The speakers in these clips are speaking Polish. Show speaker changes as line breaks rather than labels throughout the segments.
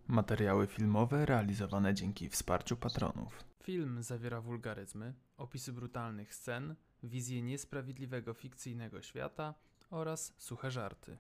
Materiały filmowe realizowane dzięki wsparciu patronów. Film zawiera wulgaryzmy, opisy brutalnych scen, wizję niesprawiedliwego fikcyjnego świata oraz suche żarty.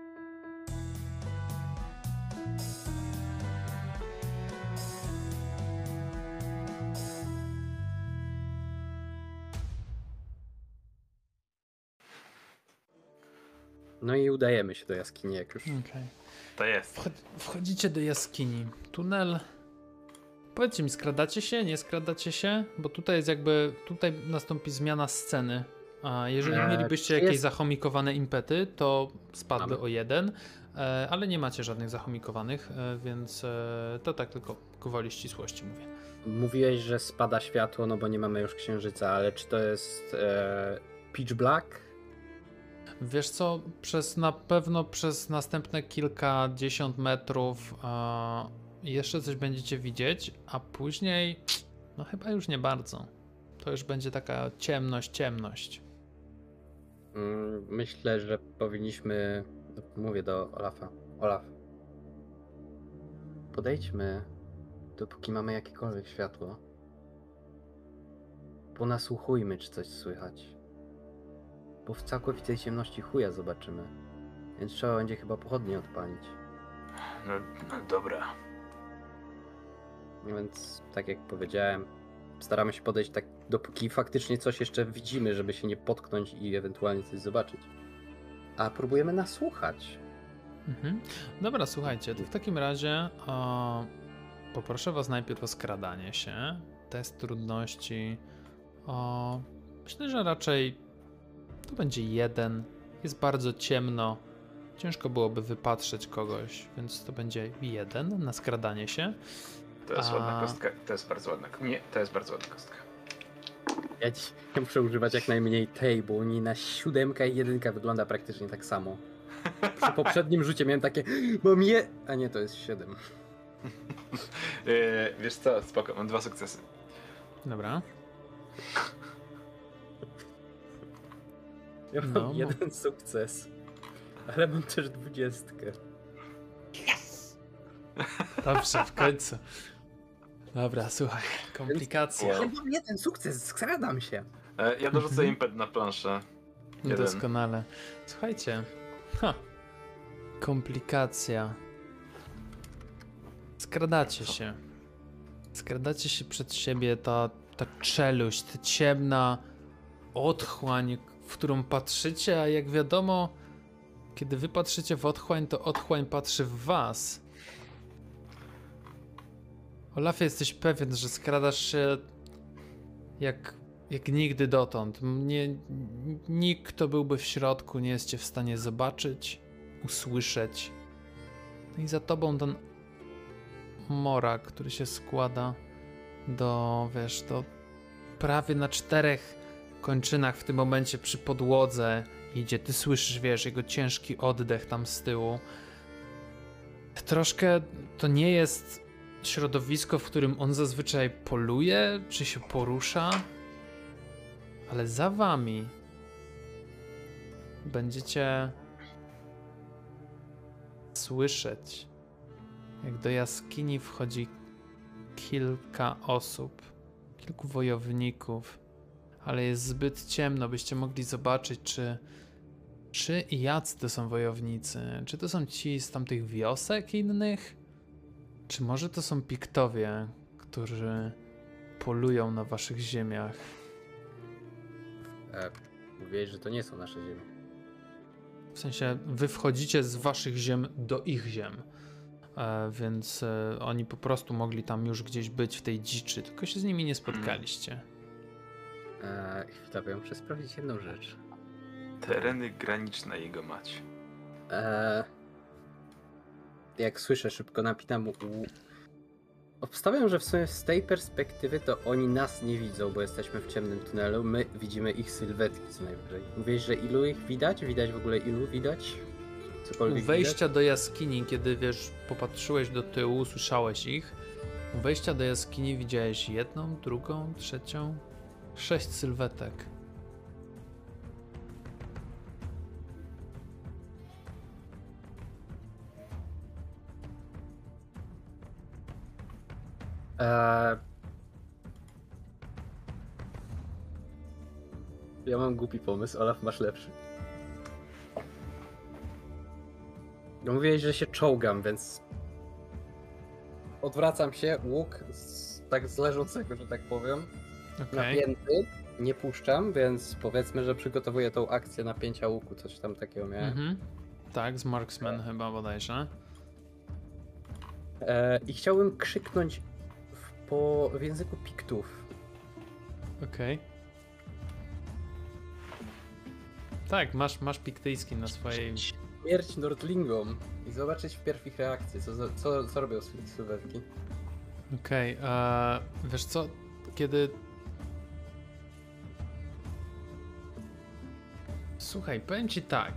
No i udajemy się do jaskini, jak już.
Okay.
To jest.
Wchodzicie do jaskini. Tunel. Powiedzcie mi, skradacie się, nie skradacie się? Bo tutaj jest jakby, tutaj nastąpi zmiana sceny. A jeżeli mielibyście jakieś zachomikowane impety, to spadły o 1, ale nie macie żadnych zachomikowanych, więc to tak tylko gwoli ścisłości mówię.
Mówiłeś, że spada światło, no bo nie mamy już księżyca, ale czy to jest pitch black?
Wiesz co, na pewno przez następne kilkadziesiąt metrów jeszcze coś będziecie widzieć, a później no chyba już nie bardzo. To już będzie taka ciemność.
Myślę, że powinniśmy, mówię do Olafa. Olaf, podejdźmy, dopóki mamy jakiekolwiek światło. Ponasłuchujmy, czy coś słychać. Bo w całkowitej ciemności chuja zobaczymy. Więc trzeba będzie chyba pochodnie odpalić.
No dobra.
Więc tak jak powiedziałem, staramy się podejść tak, dopóki faktycznie coś jeszcze widzimy, żeby się nie potknąć i ewentualnie coś zobaczyć. A próbujemy nasłuchać.
Dobra, słuchajcie, to w takim razie poproszę was najpierw o skradanie się. Test trudności. Myślę, że raczej to będzie 1. Jest bardzo ciemno. Ciężko byłoby wypatrzeć kogoś, więc to będzie 1 na skradanie się.
To jest ładna kostka. To jest bardzo ładna. Nie, to jest bardzo ładna kostka.
Ja muszę używać jak najmniej tej, bo oni na 7 i 1 wygląda praktycznie tak samo. Przy poprzednim rzucie miałem takie, mam a nie, to jest 7.
Wiesz co, spoko, mam 2 sukcesy.
Dobra.
Ja mam 1 sukces, ale mam też 20.
Yes! Dobrze, w końcu. Dobra, słuchaj, komplikacja.
Ja mam 1 sukces, skradam się.
Ja dorzucę impet na planszę. 1.
Doskonale. Słuchajcie. Komplikacja. Skradacie się. Skradacie się przed siebie, ta czeluść, ta ciemna otchłań, w którą patrzycie, a jak wiadomo, kiedy wy patrzycie w otchłań, to otchłań patrzy w was. Olafie, jesteś pewien, że skradasz się jak nigdy dotąd. Nikt, kto byłby w środku, nie jest cię w stanie zobaczyć, usłyszeć. No i za tobą ten morak, który się składa do prawie na 4 kończynach w tym momencie przy podłodze idzie. Ty słyszysz, jego ciężki oddech tam z tyłu. Troszkę to nie jest środowisko, w którym on zazwyczaj poluje, czy się porusza, ale za wami będziecie słyszeć, jak do jaskini wchodzi kilka osób, kilku wojowników, ale jest zbyt ciemno, byście mogli zobaczyć, czy i jacy to są wojownicy. Czy to są ci z tamtych wiosek innych? Czy może to są Piktowie, którzy polują na waszych ziemiach?
Mówiłeś, że to nie są nasze ziemie.
W sensie, wy wchodzicie z waszych ziem do ich ziem, więc oni po prostu mogli tam już gdzieś być w tej dziczy, tylko się z nimi nie spotkaliście.
Chwila, bo ja muszę sprawdzić jedną rzecz.
Tereny graniczne jego mać.
Jak słyszę, szybko napinam Obstawiam, że w sumie z tej perspektywy to oni nas nie widzą, bo jesteśmy w ciemnym tunelu. My widzimy ich sylwetki co najwyżej. Mówisz, że ilu ich widać? Widać w ogóle ilu widać? Cokolwiek
U wejścia
widać?
do jaskini, kiedy popatrzyłeś do tyłu, słyszałeś ich. U wejścia do jaskini widziałeś 1, 2, 3, 6 sylwetek.
Ja mam głupi pomysł, Olaf, masz lepszy. No mówiłeś, że się czołgam, więc odwracam się, łuk tak z leżącego, że tak powiem, napięty, nie puszczam, więc powiedzmy, że przygotowuję tą akcję napięcia łuku, coś tam takiego miałem.
Tak, z Marksman chyba bodajże.
I chciałbym krzyknąć w języku Piktów.
Okej. Tak, masz piktyjski na swojej...
Śmierć Nordlingom i zobaczyć wpierw ich reakcję, co robią sylwetki.
Okej, wiesz co, kiedy... Słuchaj, powiem ci tak.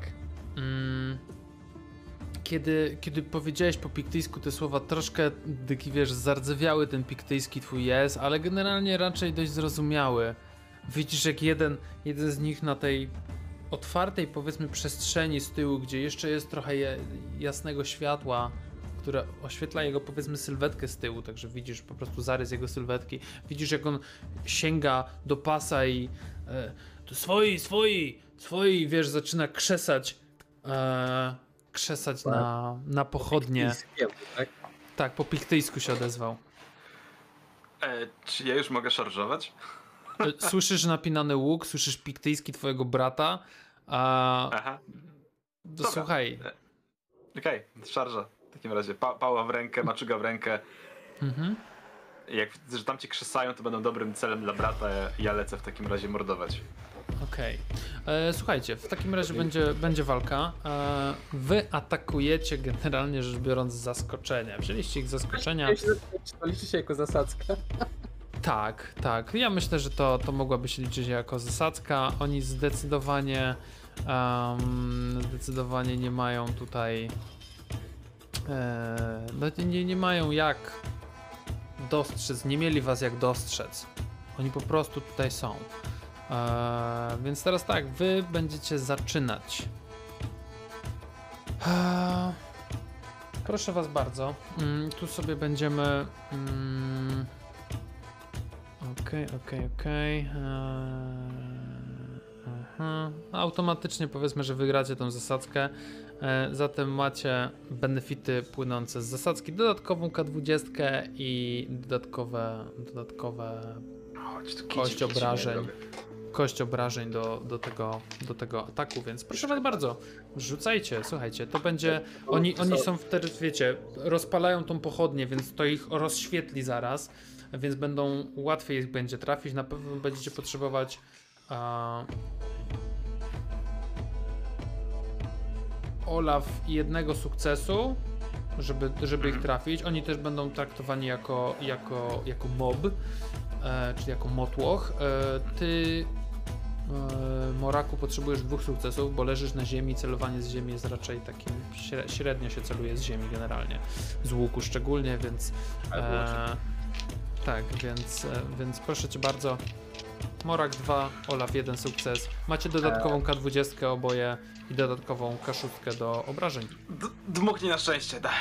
Kiedy powiedziałeś po piktyjsku te słowa, troszkę, wiesz, zardzewiały ten piktyjski twój jest, ale generalnie raczej dość zrozumiały. Widzisz, jak jeden z nich na tej otwartej, powiedzmy, przestrzeni z tyłu, gdzie jeszcze jest trochę jasnego światła, które oświetla jego, powiedzmy, sylwetkę z tyłu, także widzisz po prostu zarys jego sylwetki. Widzisz, jak on sięga do pasa i to swoi, wiesz, zaczyna krzesać na pochodnie.
Tak?
Tak, po piktyjsku się odezwał.
Czy ja już mogę szarżować?
Słyszysz napinany łuk, słyszysz piktyjski twojego brata.
Aha.
Słuchaj.
Okej, szarża. W takim razie pała w rękę, maczuga w rękę. Jak widzę, że tam cię krzesają, to będą dobrym celem dla brata. Ja lecę w takim razie mordować.
Okej. Słuchajcie, w takim razie będzie walka. Wy atakujecie, generalnie rzecz biorąc, z zaskoczenia. Wzięliście ich z zaskoczenia.
To liczy się jako zasadzka.
Tak. Ja myślę, że to mogłaby się liczyć jako zasadzka. Oni zdecydowanie nie mają tutaj... nie mają jak dostrzec, nie mieli was jak dostrzec. Oni po prostu tutaj są. Więc teraz tak, wy będziecie zaczynać. Proszę was bardzo. Tu sobie będziemy... Okej. Automatycznie powiedzmy, że wygracie tą zasadzkę. Zatem macie benefity płynące z zasadzki, dodatkową K20 i dodatkowe kość obrażeń do tego ataku, więc proszę was bardzo, rzucajcie, słuchajcie, to będzie, oni są wtedy, wiecie, rozpalają tą pochodnię, więc to ich rozświetli zaraz, więc łatwiej ich będzie trafić, na pewno będziecie potrzebować Olaf jednego sukcesu, żeby ich trafić. Oni też będą traktowani jako mob, czyli jako motłoch. Ty, Moraku, potrzebujesz 2 sukcesów, bo leżysz na ziemi, celowanie z ziemi jest raczej takim, średnio się celuje z ziemi generalnie, z łuku szczególnie, więc tak, więc proszę cię bardzo, Morak 2, Olaf 1 sukces, macie dodatkową K20 oboje i dodatkową K6 do obrażeń.
Dmuchnij na szczęście, daj.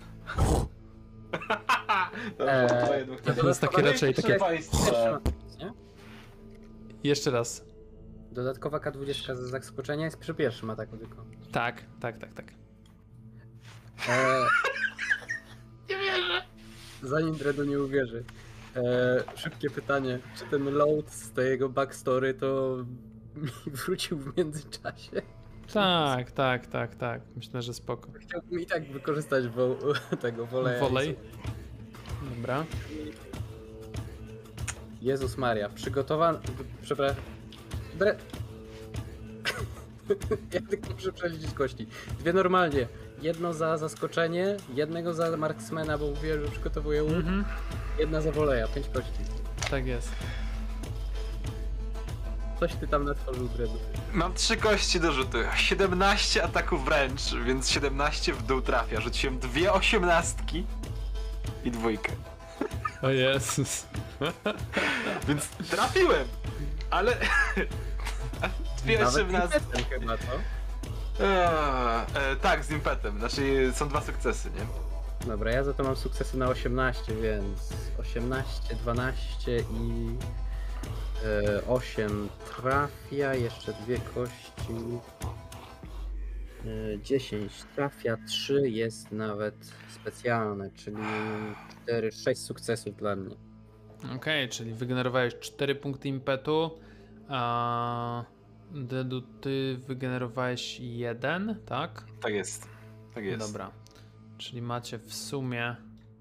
To jest takie raczej takie... Jeszcze raz.
Dodatkowa K20 za zaskoczenie jest przy pierwszym ataku tylko.
Tak.
Nie wierzę.
Zanim Dredu nie uwierzy. Szybkie pytanie, czy ten load z tego backstory to mi wrócił w międzyczasie?
Tak. Myślę, że spoko.
Chciałbym i tak wykorzystać tego woleja.
Wolej. Dobra.
Jezus Maria, przygotowany... Przepraszam. Ja tylko muszę przeliczyć kości. 2 normalnie. Jedno za zaskoczenie, jednego za marksmana, bo mówiłem, że przygotowuję łuk. Jedna za woleja, 5 kości.
Tak jest.
Coś ty tam natworzył, Dredu.
Mam 3 kości do rzutu. 17 ataków wręcz, więc 17 w dół trafia. Rzuciłem 2 osiemnastki i 2.
O Jezus.
Więc trafiłem, ale... 2 osiemnastki.
Chyba, co?
Tak, z impetem. Znaczy są 2 sukcesy, nie?
Dobra, ja za to mam sukcesy na 18, więc 18, 12 i 8 trafia, jeszcze dwie kości. 10 trafia, 3 jest nawet specjalne, czyli 4, 6 sukcesów dla mnie.
Okej, czyli wygenerowałeś 4 punkty impetu, a Dedu, ty wygenerowałeś 1, tak?
Tak jest. Tak jest.
Dobra, czyli macie w sumie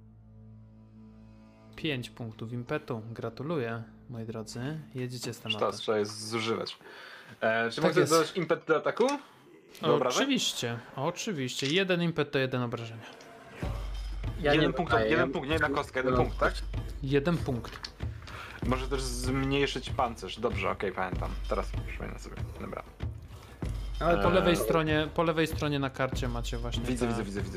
5 punktów impetu. Gratuluję, moi drodzy. Jedziecie z tematem.
Sztos, trzeba je zużywać. Czy
Tak
mogę
jest.
dodać impet do ataku? Do obrażeń?
Oczywiście, oczywiście. 1 impet to 1 obrażenie.
Jeden punkt, nie jedna kostka, 1 punkt, tak?
1 punkt.
Może też zmniejszyć pancerz. Dobrze, okej, pamiętam. Teraz przypominam sobie. Dobra.
Ale
Po lewej stronie na karcie macie właśnie.
Widzę.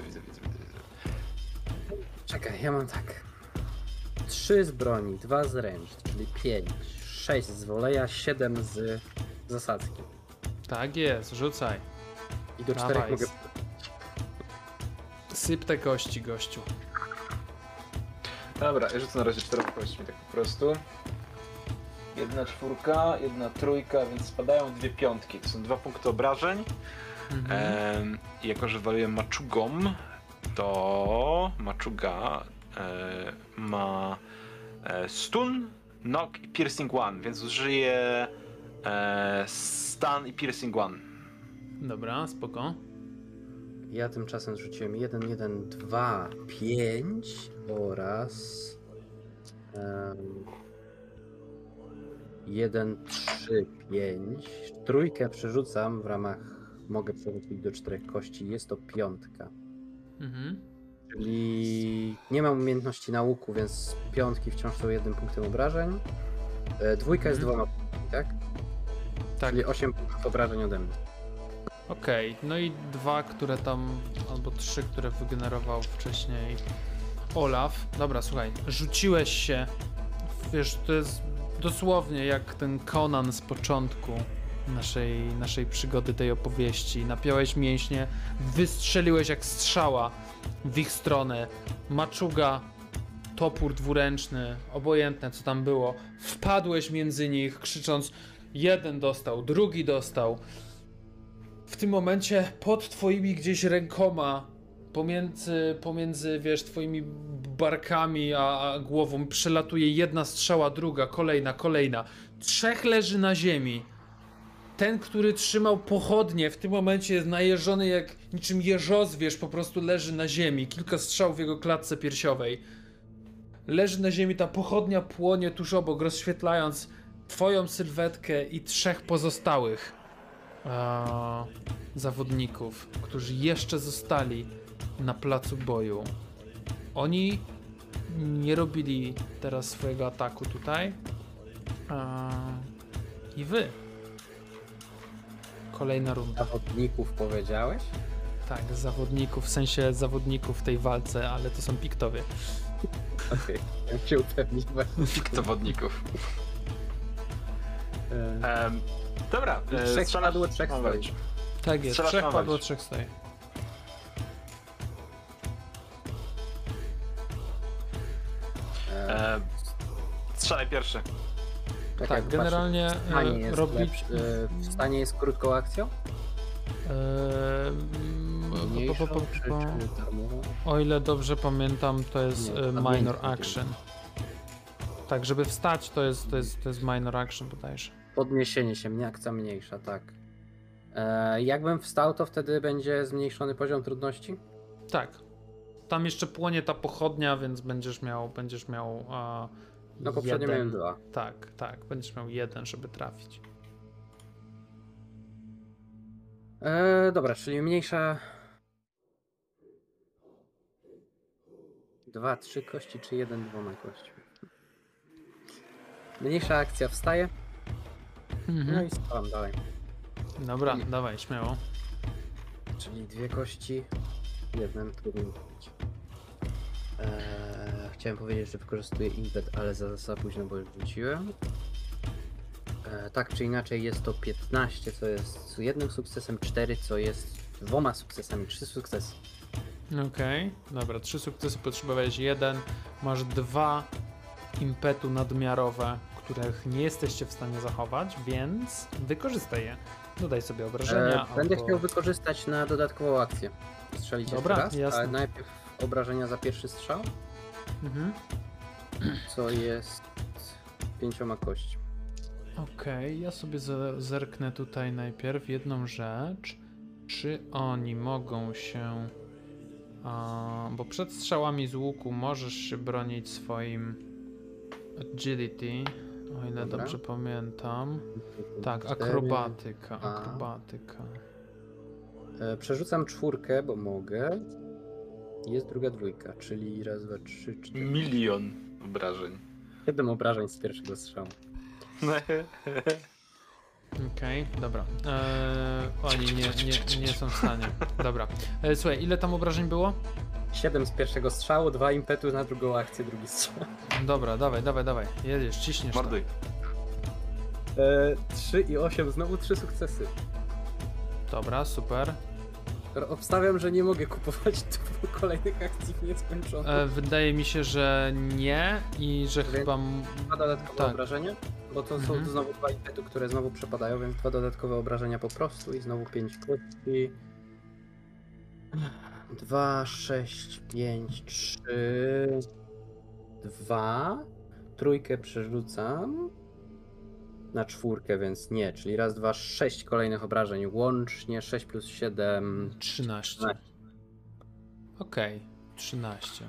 Czekaj, ja mam tak. 3 z broni, 2 z ręcz, czyli 5, 6 z woleja, 7 z zasadzki.
Tak jest, rzucaj.
I do
Dawaj.
4 mogę...
Syp te kości, gościu.
Dobra, ja rzucę na razie 4 kośćmi, tak po prostu. 1 czwórka, 1 trójka, więc spadają 2 piątki. To są 2 punkty obrażeń. I jako, że waluję maczugą, to maczuga ma stun, knock i piercing one, więc użyję stun i piercing one.
Dobra, spoko.
Ja tymczasem zrzuciłem 1, 1, 2, 5 oraz 1, 3, 5. Trójkę przerzucam w ramach, mogę przerzucić do 4 kości, jest to piątka. Czyli nie mam umiejętności na łuku, więc piątki wciąż są 1 punktem obrażeń. Dwójka jest 2 punktami, tak?
Tak.
Czyli 8 punktów obrażeń ode mnie.
Okej, no i 2, które tam, albo 3, które wygenerował wcześniej Olaf. Dobra, słuchaj, rzuciłeś się, wiesz, to jest dosłownie jak ten Conan z początku naszej przygody, tej opowieści. Napiąłeś mięśnie, wystrzeliłeś jak strzała w ich stronę. Maczuga, topór dwuręczny, obojętne co tam było. Wpadłeś między nich, krzycząc, jeden dostał, drugi dostał. W tym momencie pod twoimi gdzieś rękoma, pomiędzy wiesz, twoimi barkami a głową przelatuje jedna strzała, druga, kolejna. 3 leży na ziemi. Ten, który trzymał pochodnie, w tym momencie jest najeżony jak niczym jeżozwierz, po prostu leży na ziemi. Kilka strzałów w jego klatce piersiowej. Leży na ziemi, ta pochodnia płonie tuż obok, rozświetlając twoją sylwetkę i 3 pozostałych zawodników, którzy jeszcze zostali na placu boju. Oni nie robili teraz swojego ataku tutaj. I wy. Kolejna runda.
Zawodników powiedziałeś?
Tak, zawodników, w sensie zawodników w tej walce, ale to są piktowie.
Okej, chciałem się upewnić właśnie.
Piktowodników. Dobra,
3 padło, 3 stoi.
Tak jest,
Strzelasz
3
na
padło,
walić.
3 stoi.
Strzelaj pierwszy.
Czekaj,
Tak,
patrzę,
generalnie
w stanie jest
robić...
w stanie jest krótką akcją? Mniejszą, czy darmową?
O ile dobrze pamiętam, to jest
Nie,
minor
nie.
action. Tak, żeby wstać, to jest minor action bodajże.
Podniesienie się, mnie akcja mniejsza, tak. Jakbym wstał, to wtedy będzie zmniejszony poziom trudności?
Tak. Tam jeszcze płonie ta pochodnia, więc będziesz miał
No poprzednio
jeden.
miałem 2.
Tak, będziesz miał 1, żeby trafić.
Dobra, czyli mniejsza... 2, 3 kości, czy 1, 2 kości? Mniejsza akcja wstaje. No i spam dalej.
Dobra, dawaj, śmiało.
Czyli 2 kości, 1 trudno mówić. Chciałem powiedzieć, że wykorzystuję impet, ale za późno, bo już wróciłem. Tak czy inaczej jest to 15, co jest 1 sukcesem, 4, co jest 2 sukcesami, 3 sukcesy.
Okej, dobra, 3 sukcesy, potrzebowałeś 1, masz 2 impetu nadmiarowe, których nie jesteście w stanie zachować, więc wykorzystaj je. Dodaj sobie obrażenia.
Będę
albo...
chciał wykorzystać na dodatkową akcję. Strzelić
Dobra,
jeszcze raz,
jasne.
ale najpierw obrażenia za pierwszy strzał,
Mhm.
co jest 5 kości.
Okej, ja sobie zerknę tutaj najpierw jedną rzecz. Czy oni mogą się... bo przed strzałami z łuku możesz się bronić swoim agility, o ile
Dobra.
dobrze pamiętam. Tak,
4.
akrobatyka,
A.
akrobatyka.
Przerzucam 4, bo mogę. Jest druga trójka, czyli raz, 2, 3, 4.
1 000 000 obrażeń.
7 obrażeń z pierwszego strzału.
Okej, dobra. Oni nie są w stanie. Dobra. Słuchaj, ile tam obrażeń było?
7 z pierwszego strzału, 2 impetu na drugą akcję, drugi strzał.
Dobra, dawaj. Jedziesz, ciśniesz. to.
Morduj.
3 i 8, znowu 3 sukcesy.
Dobra, super.
Obstawiam, że nie mogę kupować 2 kolejnych akcji w nieskończoność.
Wydaje mi się, że nie i że
Więc-
chyba...
2 dodatkowe
tak.
obrażenia, bo to są znowu 2 impetu, które znowu przepadają, więc 2 dodatkowe obrażenia po prostu i znowu 5 kości. 2, 6, 5, 3, 2. Trójkę przerzucam na 4, więc nie, czyli raz, 2, 6 kolejnych obrażeń, łącznie 6 plus 7,
13. Okej, 13.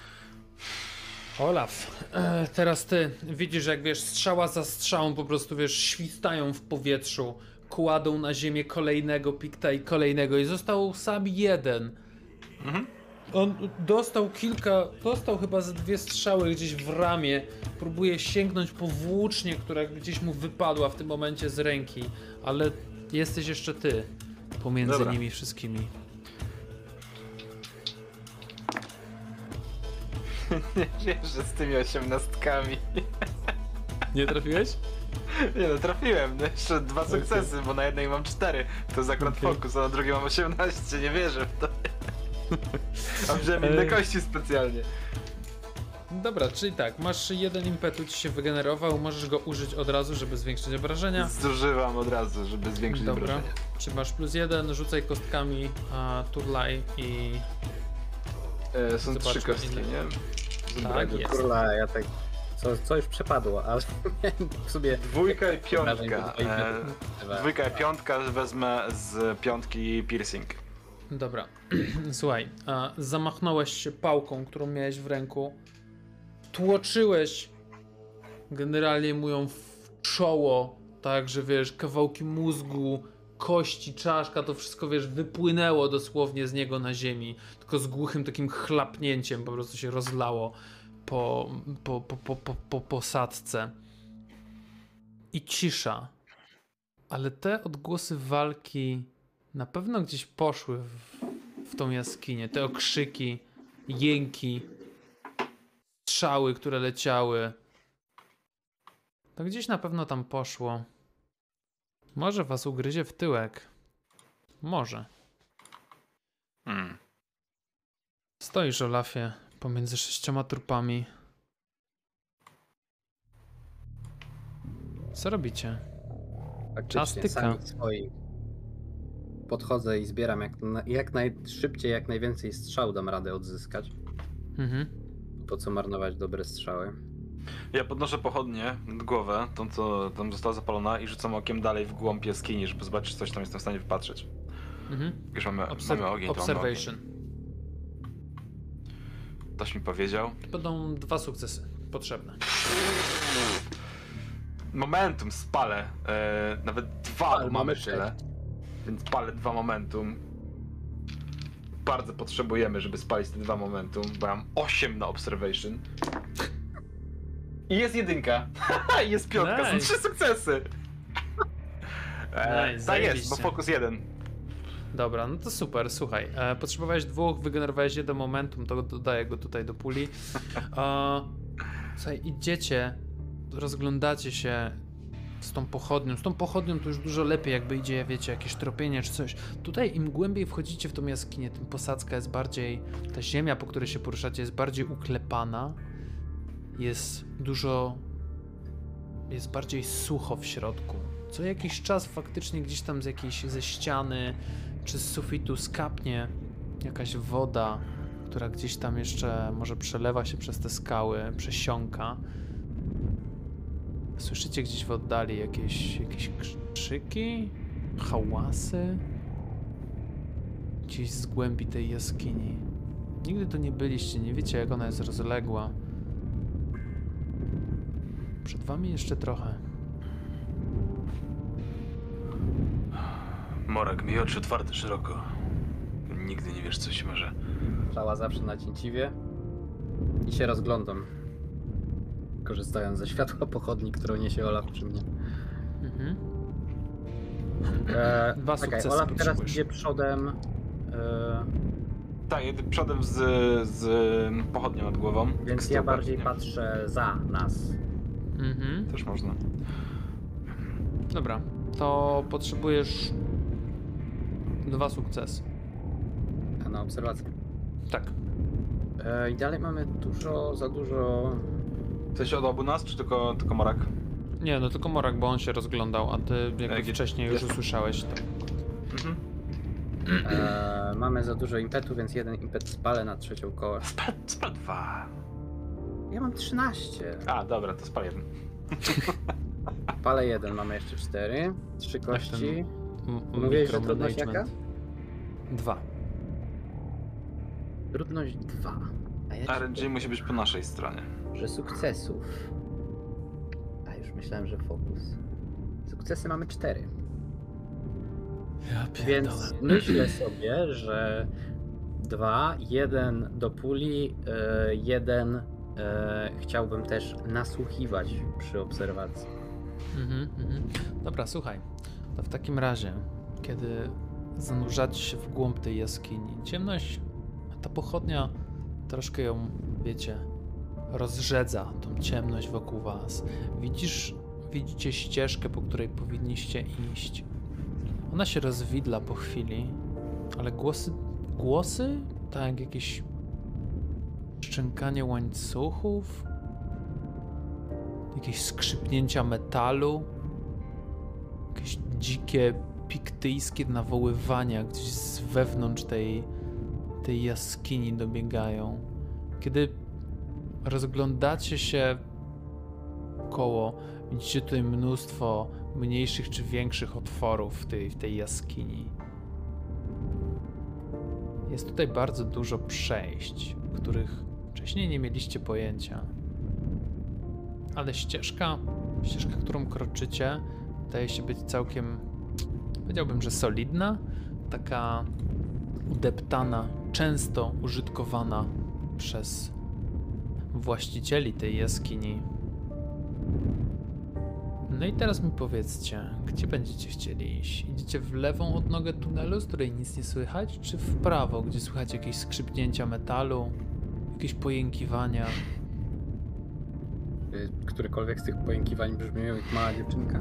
Olaf, teraz ty widzisz, jak wiesz, strzała za strzałą po prostu, wiesz, świstają w powietrzu, kładą na ziemię kolejnego pikta i kolejnego i został sam jeden. On dostał chyba ze 2 strzały gdzieś w ramię, próbuje sięgnąć po włócznię, która gdzieś mu wypadła w tym momencie z ręki, ale jesteś jeszcze ty pomiędzy
Dobra.
nimi wszystkimi.
Nie wierzę z tymi 18.
Nie trafiłeś?
Nie no, trafiłem. No jeszcze 2 sukcesy, bo na jednej mam 4. To jest akurat
Okej.
fokus, a na drugiej mam 18. Nie wierzę w to. A wziąłem inne kości specjalnie.
Dobra, czyli tak, masz 1 impetu ci się wygenerował, możesz go użyć od razu, żeby zwiększyć obrażenia.
Zużywam od razu, żeby zwiększyć
Dobra,
obrażenia.
czy masz +1, rzucaj kostkami, turlaj i...
Są
Zobaczmy,
3 kostki,
ile-
nie? Z
Tak,
dobrego.
jest.
Kurwa, ja tak. Co już przepadło, ale miałem w sobie.
2 i 5.
Obrażeń do 2
2 i 5 wezmę z 5 piercing.
Dobra, słuchaj, zamachnąłeś się pałką, którą miałeś w ręku, tłoczyłeś generalnie mu ją w czoło, tak, że wiesz, kawałki mózgu, kości, czaszka, to wszystko, wiesz, wypłynęło dosłownie z niego na ziemi, tylko z głuchym takim chlapnięciem po prostu się rozlało po posadzce. I cisza. Ale te odgłosy walki na pewno gdzieś poszły w tą jaskinię. Te okrzyki, jęki, strzały, które leciały. To gdzieś na pewno tam poszło. Może was ugryzie w tyłek. Może. Stoisz, Olafie, pomiędzy 6 trupami. Co robicie?
Faktycznie,
Czastyka.
sami swoi. Podchodzę i zbieram jak najszybciej, jak najwięcej strzał dam radę odzyskać.
Mhm.
Po co marnować dobre strzały?
Ja podnoszę pochodnię nad głowę, tą co tam została zapalona i rzucam okiem dalej w głąb jaskini, żeby zobaczyć, czy coś tam jestem w stanie wypatrzeć.
Mhm.
Już mamy ogień, to mamy ogień.
Observation.
Ktoś mi powiedział.
Będą 2 sukcesy potrzebne.
Momentum spalę. Nawet 2,
Ale
bo
mamy
mamy tyle. Więc palę 2 momentum. Bardzo potrzebujemy, żeby spalić te 2 momentum, bo ja mam 8 na observation. I jest 1. I jest 5. Są
Nice.
3 sukcesy.
Nice,
Tak jest,
zajebiście.
bo fokus 1.
Dobra, no to super, słuchaj. Potrzebowałeś 2, wygenerowałeś 1 momentum, to dodaję go tutaj do puli. Słuchaj, idziecie, rozglądacie się z tą pochodnią. Z tą pochodnią to już dużo lepiej, jakby idzie, wiecie, jakieś tropienie czy coś. Tutaj im głębiej wchodzicie w tą jaskinię, tym posadzka jest bardziej, ta ziemia, po której się poruszacie, jest bardziej uklepana. Jest bardziej sucho w środku. Co jakiś czas faktycznie gdzieś tam ze ściany czy z sufitu skapnie jakaś woda, która gdzieś tam jeszcze może przelewa się przez te skały, przesiąka. Słyszycie gdzieś w oddali jakieś krzyki, hałasy? Gdzieś z głębi tej jaskini. Nigdy tu nie byliście, nie wiecie jak ona jest rozległa. Przed wami jeszcze trochę.
Morak, miej oczy otwarte szeroko. Nigdy nie wiesz, co się może.
Szała zawsze na cięciwie i się rozglądam, korzystając ze światła pochodni, którą niesie Olaf przy mnie.
Mhm. Dwa
Czekaj,
sukcesy
Olaf teraz
potrzebujesz.
idzie przodem.
Tak, jedę przodem z pochodnią nad głową.
Więc
Tak
ja
z tą
bardziej
bardziej.
patrzę za nas.
Mhm.
Też można.
Dobra, to potrzebujesz 2 sukcesy.
A na obserwację.
Tak.
I dalej mamy za dużo.
W sensie od obu nas, czy tylko Morak?
Nie, no tylko Morak, bo on się rozglądał, a ty jakby
Jak
wcześniej już
jest.
usłyszałeś to.
Mhm.
Mamy za dużo impetu, więc jeden impet spalę na trzecią koło.
Spal 2.
Ja mam 13.
A, dobra, to spal 1.
Palę 1, mamy jeszcze 4. 3 kości. Mówiłeś, że trudność jaka?
2.
Trudność 2. A ja
RNG musi być po naszej stronie.
że sukcesów. A już myślałem, że fokus. Sukcesy mamy 4.
Ja
Więc myślę sobie, że 2, 1 do puli, 1 chciałbym też nasłuchiwać przy obserwacji.
Dobra, słuchaj. To w takim razie, kiedy zanurzacie się w głąb tej jaskini, ciemność, ta pochodnia troszkę ją, wiecie, rozrzedza tą ciemność wokół was. Widzicie ścieżkę, po której powinniście iść. Ona się rozwidla po chwili, ale głosy, tak jak jakieś szczękanie łańcuchów, jakieś skrzypnięcia metalu, jakieś dzikie, piktyjskie nawoływania gdzieś z wewnątrz tej jaskini dobiegają. Kiedy rozglądacie się koło, widzicie tutaj mnóstwo mniejszych czy większych otworów w tej jaskini. Jest tutaj bardzo dużo przejść, których wcześniej nie mieliście pojęcia. Ale ścieżka, którą kroczycie, wydaje się być całkiem, powiedziałbym, że solidna, taka udeptana, często użytkowana przez właścicieli tej jaskini. No i teraz mi powiedzcie, gdzie będziecie chcieli iść? Idziecie w lewą odnogę tunelu, z której nic nie słychać, czy w prawo, gdzie słychać jakieś skrzypnięcia metalu, jakieś pojękiwania?
Którekolwiek z tych pojękiwań brzmią jak mała dziewczynka.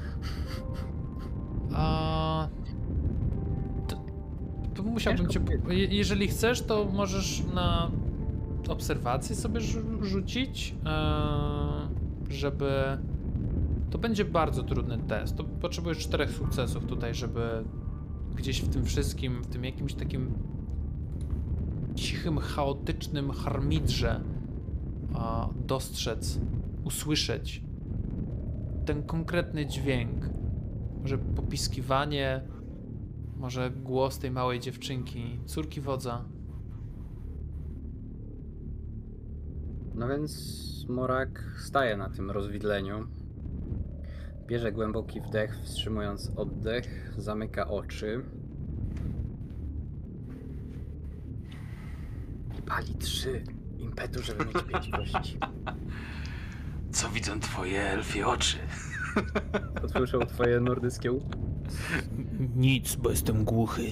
To musiałbym cię... Jeżeli chcesz, to możesz na obserwację sobie rzucić, żeby... To będzie bardzo trudny test. To potrzebujesz 4 sukcesów tutaj, żeby gdzieś w tym wszystkim, w tym jakimś takim cichym, chaotycznym harmidrze dostrzec, usłyszeć ten konkretny dźwięk. Może popiskiwanie, może głos tej małej dziewczynki, córki wodza.
No więc Morak staje na tym rozwidleniu. Bierze głęboki wdech, wstrzymując oddech, zamyka oczy. I pali 3 impetu, żeby mieć 5 kości.
Co widzą twoje elfie oczy?
Usłyszał twoje nordyckie ucho.
Nic, bo jestem głuchy.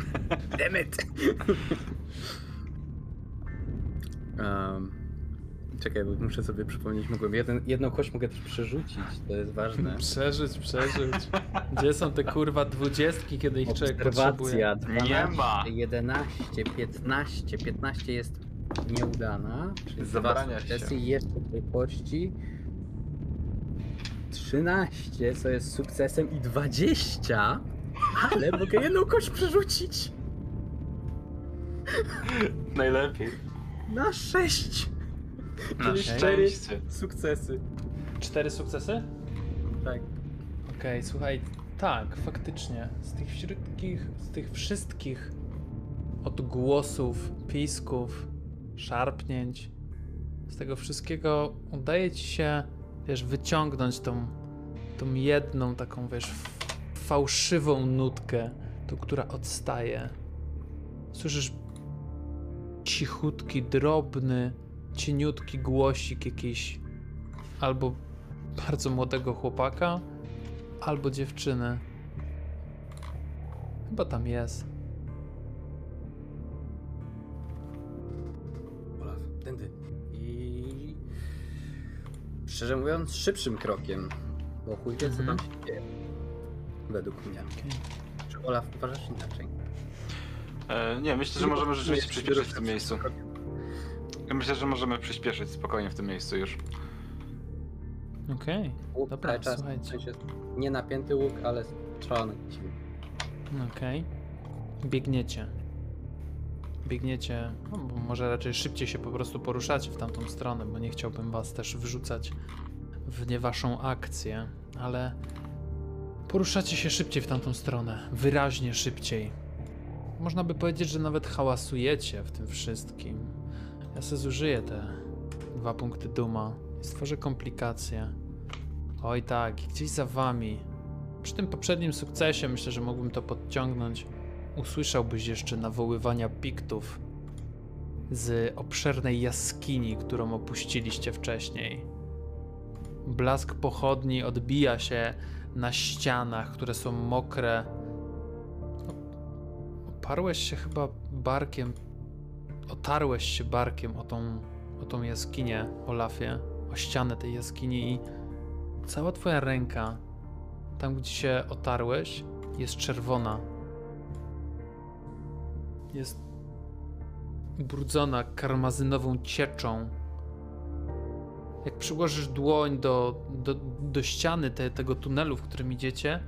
Demet! Czekaj, bo muszę sobie przypomnieć, jedną kość mogę też przerzucić, to jest ważne.
Przeżyć. Gdzie są te kurwa 20, kiedy ich człowiek potrzebuje?
Obserwacja, 12,
Nie ma.
11, 15. 15 jest nieudana, czyli
Zabrania
2
się.
sukcesy i jeszcze tej kości. 13, co jest sukcesem i 20, ale mogę jedną kość przerzucić
Najlepiej.
na 6.
Na
Czyli
szczęście.
sukcesy.
4 sukcesy?
Tak.
Okej, słuchaj, tak, faktycznie. Z tych wszystkich odgłosów, pisków, szarpnięć, z tego wszystkiego udaje ci się, wiesz, wyciągnąć tą jedną taką, wiesz, fałszywą nutkę, tą, która odstaje. Słyszysz cichutki, drobny, cieniutki głosik jakiejś albo bardzo młodego chłopaka, albo dziewczyny. Chyba tam jest.
Olaf, tędy. I szczerze mówiąc, szybszym krokiem, bo chuj wie, co tam się dzieje. Według mnie. Czy Olaf uważasz inaczej?
Nie, myślę, że możemy rzeczywiście przyspieszyć w tym miejscu. Myślę, że możemy przyspieszyć spokojnie w tym miejscu już.
Okej, dobra,
czas,
słuchajcie.
w sensie nie napięty łuk, ale strzelony.
Okej. Biegniecie, no, bo może raczej szybciej się po prostu poruszacie w tamtą stronę, bo nie chciałbym was też wrzucać w nie waszą akcję, ale poruszacie się szybciej w tamtą stronę, wyraźnie szybciej. Można by powiedzieć, że nawet hałasujecie w tym wszystkim. Ja sobie zużyję te 2 punkty duma i stworzę komplikacje. Oj tak, gdzieś za wami. Przy tym poprzednim sukcesie myślę, że mógłbym to podciągnąć. Usłyszałbyś jeszcze nawoływania piktów z obszernej jaskini, którą opuściliście wcześniej. Blask pochodni odbija się na ścianach, które są mokre. Otarłeś się barkiem o tą jaskinię, Olafie, o ścianę tej jaskini i cała twoja ręka, tam gdzie się otarłeś, jest czerwona. Jest ubrudzona karmazynową cieczą. Jak przyłożysz dłoń do ściany tego tunelu, w którym idziecie,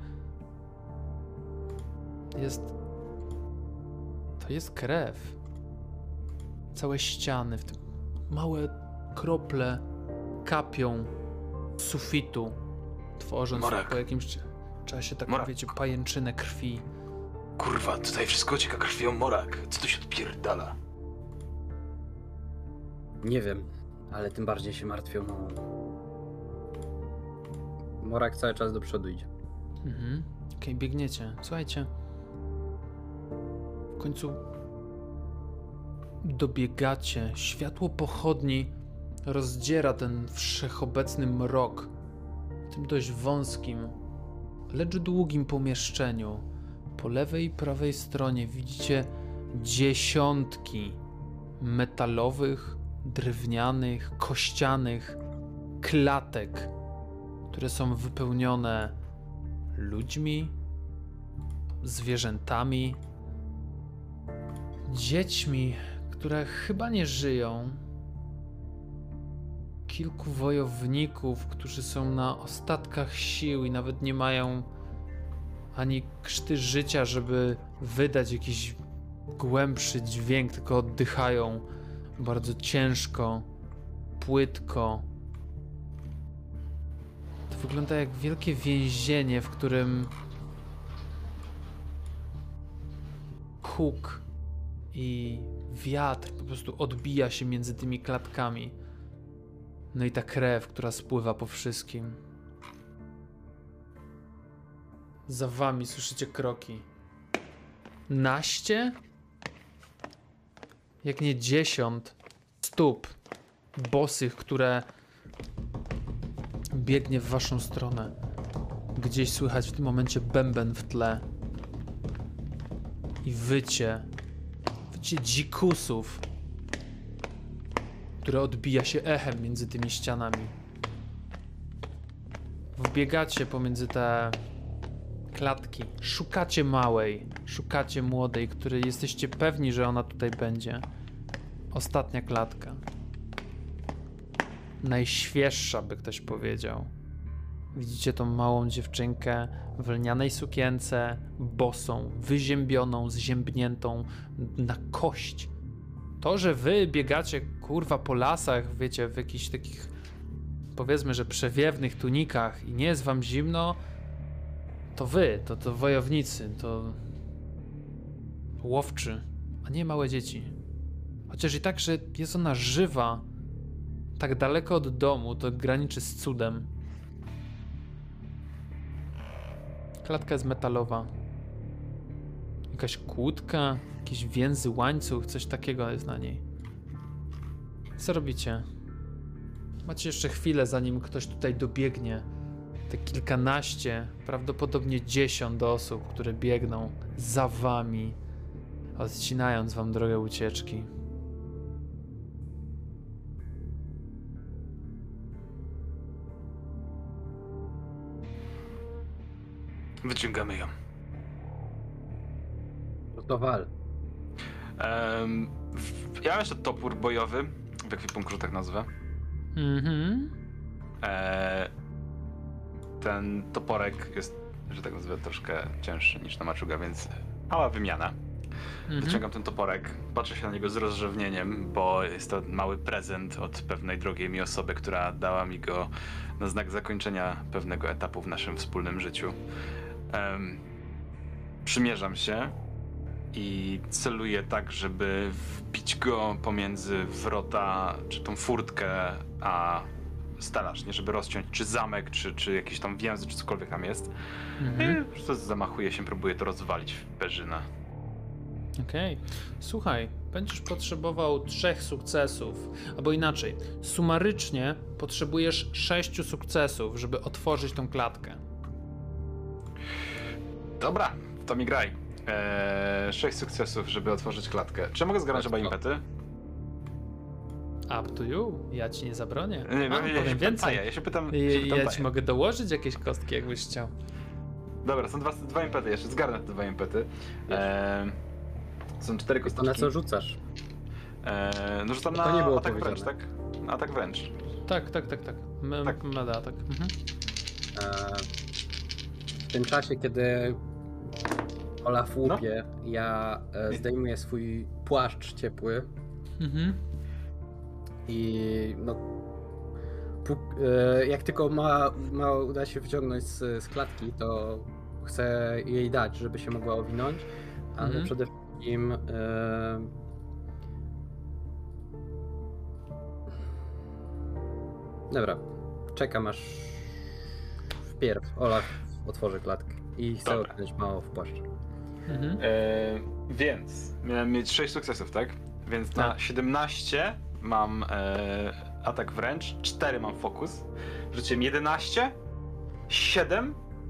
to jest krew. Całe ściany, w tym małe krople kapią z sufitu, tworząc
Morak.
po jakimś czasie taką,
Morak.
wiecie, pajęczynę krwi.
Kurwa, tutaj wszystko cieka krwią, Morak. Co tu się odpierdala?
Nie wiem, ale tym bardziej się martwią. No. Morak cały czas do przodu idzie.
Okej, biegniecie. Słuchajcie. W końcu dobiegacie. Światło pochodni rozdziera ten wszechobecny mrok w tym dość wąskim, lecz długim pomieszczeniu. Po lewej i prawej stronie widzicie dziesiątki metalowych, drewnianych, kościanych klatek, które są wypełnione ludźmi, zwierzętami, dziećmi, które chyba nie żyją, kilku wojowników, którzy są na ostatkach sił i nawet nie mają ani krzty życia, żeby wydać jakiś głębszy dźwięk, tylko oddychają bardzo ciężko, płytko. To wygląda jak wielkie więzienie, w którym huk i wiatr po prostu odbija się między tymi klatkami. No i ta krew, która spływa po wszystkim. Za wami słyszycie kroki. Naście? Jak nie 10 stóp bosych, które biegnie w waszą stronę. Gdzieś słychać w tym momencie bęben w tle. I wycie dzikusów. które odbija się echem między tymi ścianami. Wbiegacie pomiędzy te klatki. Szukacie małej, szukacie młodej, której jesteście pewni, że ona tutaj będzie. Ostatnia klatka. Najświeższa, by ktoś powiedział. Widzicie tą małą dziewczynkę w lnianej sukience, bosą, wyziębioną, zziębniętą na kość. To, że wy biegacie, kurwa, po lasach, wiecie, w jakichś takich, powiedzmy, że przewiewnych tunikach i nie jest wam zimno, to wy, to wojownicy, to łowczy, a nie małe dzieci. Chociaż i tak, że jest ona żywa, tak daleko od domu, to graniczy z cudem. Klatka jest metalowa. Jakaś kłódka, jakiś więzy, łańcuch, coś takiego jest na niej. Co robicie? Macie jeszcze chwilę, zanim ktoś tutaj dobiegnie. Te kilkanaście, prawdopodobnie 10 osób, które biegną za wami, odcinając wam drogę ucieczki.
Wyciągamy ją.
No to wal.
Ja mam jeszcze topór bojowy, w ekwipunku tak nazwę. Ten toporek jest, że tak nazwę, troszkę cięższy niż na maczuga, więc mała wymiana. Wyciągam ten toporek, patrzę się na niego z rozrzewnieniem, bo jest to mały prezent od pewnej drogiej mi osoby, która dała mi go na znak zakończenia pewnego etapu w naszym wspólnym życiu. Przymierzam się i celuję tak, żeby wbić go pomiędzy wrota, czy tą furtkę, a stelaż, nie żeby rozciąć, czy zamek, czy jakiś tam więzy, czy cokolwiek tam jest. I po prostu zamachuję się, próbuję to rozwalić w perzynę.
Okej. Słuchaj, będziesz potrzebował 3 sukcesów, albo inaczej, sumarycznie potrzebujesz 6 sukcesów, żeby otworzyć tą klatkę.
Dobra, to mi graj. 6 sukcesów, żeby otworzyć klatkę. Czy ja mogę zgarnąć oba impety?
Up to you. Ja ci nie zabronię.
Nie,
Powiem więcej.
Ja się pytam.
Ja ci mogę dołożyć jakieś kostki, jakbyś chciał.
Dobra, są dwa impety, jeszcze zgarnę te 2 impety. Są 4 kostki.
To na co rzucasz?
No rzucam
To nie
na
było
atak wręcz,
powiedziane.
tak? Na atak wręcz.
Tak.
Tak.
Meda atak.
W tym czasie, kiedy Olaf łupie, ja zdejmuję swój płaszcz ciepły i no jak tylko uda się wyciągnąć z klatki, to chcę jej dać, żeby się mogła owinąć, ale przede wszystkim dobra, czekam aż wpierw Olaf otworzy klatkę i chcę odkryć mało w płaszczu.
Więc miałem mieć 6 sukcesów, tak? Więc na 17 mam atak wręcz, 4 mam fokus. Rzuciłem 11, 7,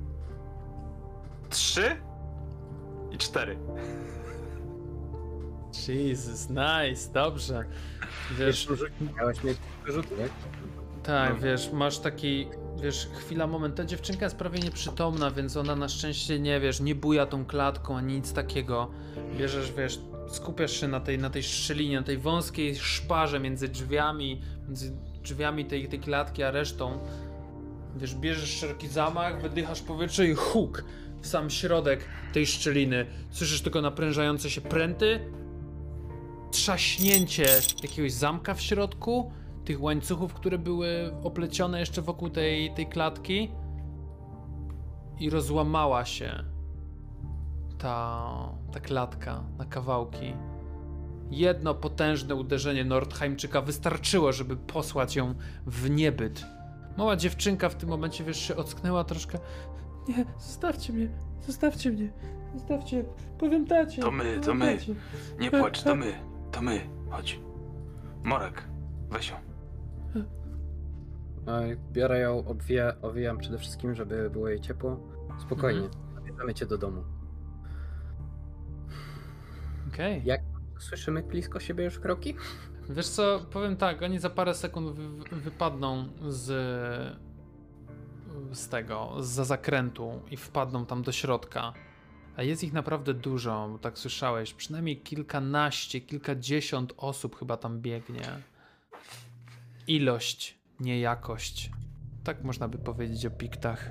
3 i 4.
Jesus, nice, dobrze. Wiesz,
Miałeś mieć rzut, nie?
tak, wiesz, masz taki, wiesz, chwila, moment, ta dziewczynka jest prawie nieprzytomna, więc ona na szczęście nie buja tą klatką, ani nic takiego. Bierzesz, wiesz, skupiasz się na tej szczelinie, na tej wąskiej szparze między drzwiami tej klatki, a resztą. Wiesz, bierzesz szeroki zamach, wydychasz powietrze i huk w sam środek tej szczeliny. Słyszysz tylko naprężające się pręty, trzaśnięcie jakiegoś zamka w środku, tych łańcuchów, które były oplecione jeszcze wokół tej klatki, i rozłamała się ta klatka na kawałki. Jedno potężne uderzenie Nordheimczyka wystarczyło, żeby posłać ją w niebyt. Mała dziewczynka w tym momencie, wiesz, się ocknęła troszkę. Nie, zostawcie mnie, powiem tacie.
To my. Nie płacz, to my. Chodź. Morek, weź ją.
Biorę ją, owijam przede wszystkim, żeby było jej ciepło. Spokojnie, zabieramy cię do domu.
Okej.
Jak słyszymy blisko siebie już kroki?
Wiesz co, powiem tak, oni za parę sekund wypadną z tego, zza zakrętu i wpadną tam do środka. A jest ich naprawdę dużo, bo tak słyszałeś, przynajmniej kilkanaście, kilkadziesiąt osób chyba tam biegnie. Ilość, nie jakość. Tak można by powiedzieć o Piktach.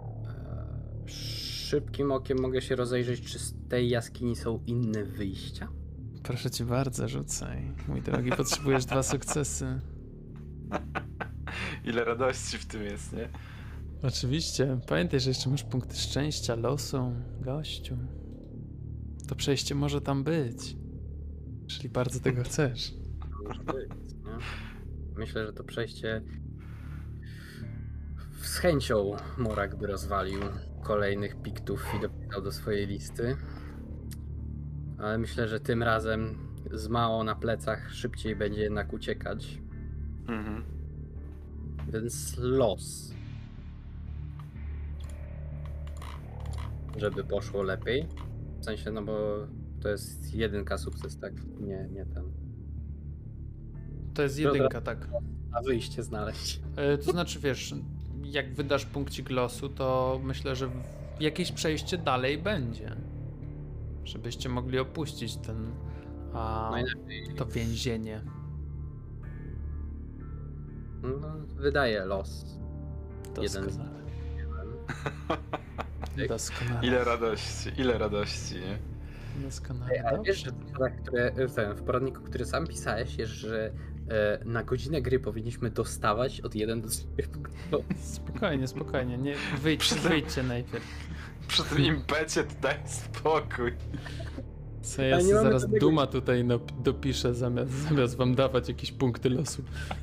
Szybkim okiem mogę się rozejrzeć, czy z tej jaskini są inne wyjścia?
Proszę cię bardzo, rzucaj. Mój drogi, potrzebujesz 2 sukcesy.
Ile radości w tym jest, nie?
Oczywiście. Pamiętaj, że jeszcze masz punkty szczęścia, losu, gościu. To przejście może tam być. Jeżeli bardzo tego chcesz.
Może być, nie? Myślę, że to przejście z chęcią Morak by rozwalił kolejnych Piktów i dopisał do swojej listy. Ale myślę, że tym razem z mało na plecach szybciej będzie jednak uciekać.
Mhm.
Więc los. Żeby poszło lepiej. W sensie, no bo to jest 1 sukces, tak? Nie ten.
To jest jedynka, tak.
A wyjście znaleźć.
To znaczy, wiesz, jak wydasz punkcik losu, to myślę, że jakieś przejście dalej będzie. Żebyście mogli opuścić to więzienie.
No, wydaje los.
Doskonale. Doskonale.
Ile radości, nie?
Doskonale.
Ale wiesz, że w poradniku, który sam pisałeś, jest, że na godzinę gry powinniśmy dostawać od 1 do 4 punktów.
Spokojnie. Nie, wyjdźcie najpierw.
Przy tym impecie to daj spokój.
Co ja sobie zaraz duma tutaj dopiszę, zamiast wam dawać jakieś punkty losu.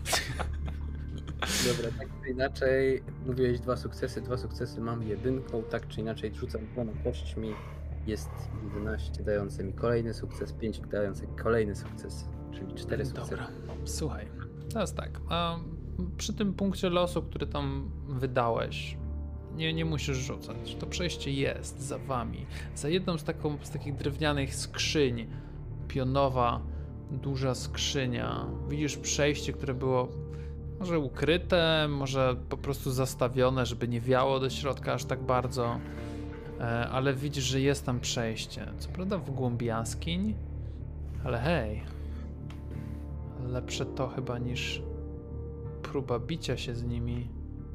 Dobra, tak czy inaczej mówiłeś 2 sukcesy mam 1, tak czy inaczej rzucam 2 kośćmi, jest 11 dające mi kolejny sukces, 5 dające kolejny sukces, czyli 4 sukcesy.
Dobra, słuchaj, teraz tak, przy tym punkcie losu, który tam wydałeś, nie musisz rzucać, to przejście jest za wami, za jedną z takich drewnianych skrzyń, pionowa, duża skrzynia, widzisz przejście, które było może ukryte, może po prostu zastawione, żeby nie wiało do środka aż tak bardzo, ale widzisz, że jest tam przejście. Co prawda w głąb jaskiń, ale hej, lepsze to chyba niż próba bicia się z nimi,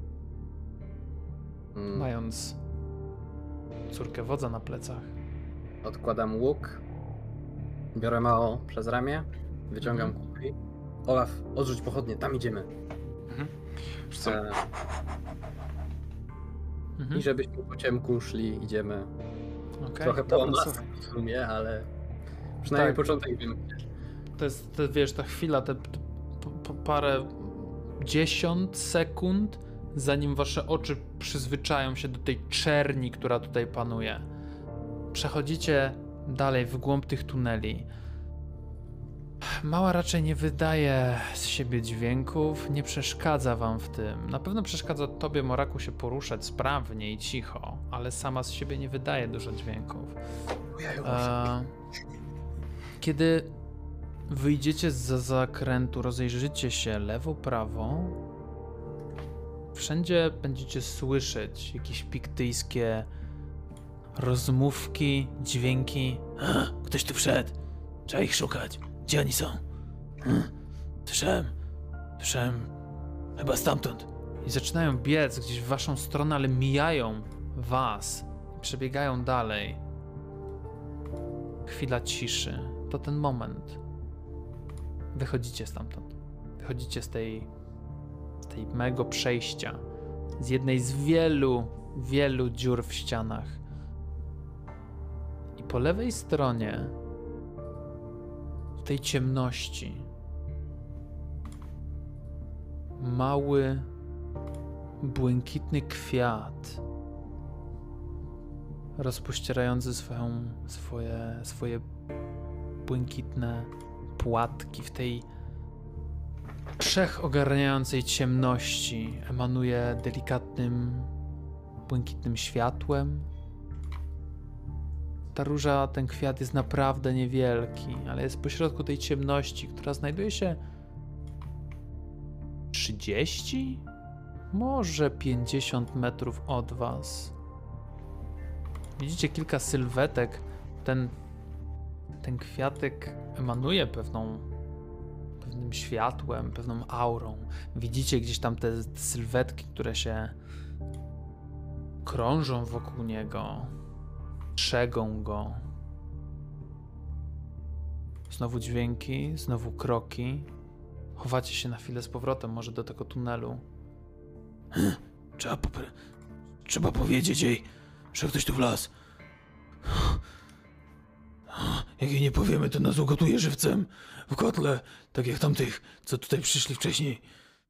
mając córkę wodza na plecach.
Odkładam łuk, biorę Mao przez ramię, wyciągam kupi. Olaf, odrzuć pochodnie, tam idziemy. I żebyśmy po ciemku szli, idziemy. Trochę po nas w sumie, ale przynajmniej początek wiem.
To jest, wiesz, ta chwila, te parę dziesiąt sekund, zanim wasze oczy przyzwyczają się do tej czerni, która tutaj panuje. Przechodzicie dalej w głąb tych tuneli. Mała raczej nie wydaje z siebie dźwięków, nie przeszkadza wam w tym. Na pewno przeszkadza tobie, Moraku, się poruszać sprawnie i cicho, ale sama z siebie nie wydaje dużo dźwięków. Kiedy wyjdziecie zza zakrętu, rozejrzycie się lewo, prawo, wszędzie będziecie słyszeć jakieś piktyjskie rozmówki, dźwięki. Ktoś tu wszedł, trzeba ich szukać. Gdzie oni są? Słyszałem, chyba stamtąd. I zaczynają biec gdzieś w waszą stronę, ale mijają was. Przebiegają dalej. Chwila ciszy. To ten moment. Wychodzicie stamtąd. Wychodzicie z tej mego przejścia. Z jednej z wielu dziur w ścianach. I po lewej stronie tej ciemności mały, błękitny kwiat rozpościerający swoje błękitne płatki w tej wszechogarniającej ciemności emanuje delikatnym, błękitnym światłem. ta róża, ten kwiat jest naprawdę niewielki, ale jest pośrodku tej ciemności, która znajduje się 30? Może 50 metrów od was. Widzicie kilka sylwetek. Ten kwiatek emanuje pewnym światłem, pewną aurą. Widzicie gdzieś tam te sylwetki, które się krążą wokół niego, strzegą go. Znowu dźwięki, znowu kroki. Chowacie się na chwilę z powrotem, może do tego tunelu.
Trzeba powiedzieć jej, że ktoś tu wlazł. Jak jej nie powiemy, to nas ugotuje żywcem w kotle, tak jak tamtych, co tutaj przyszli wcześniej.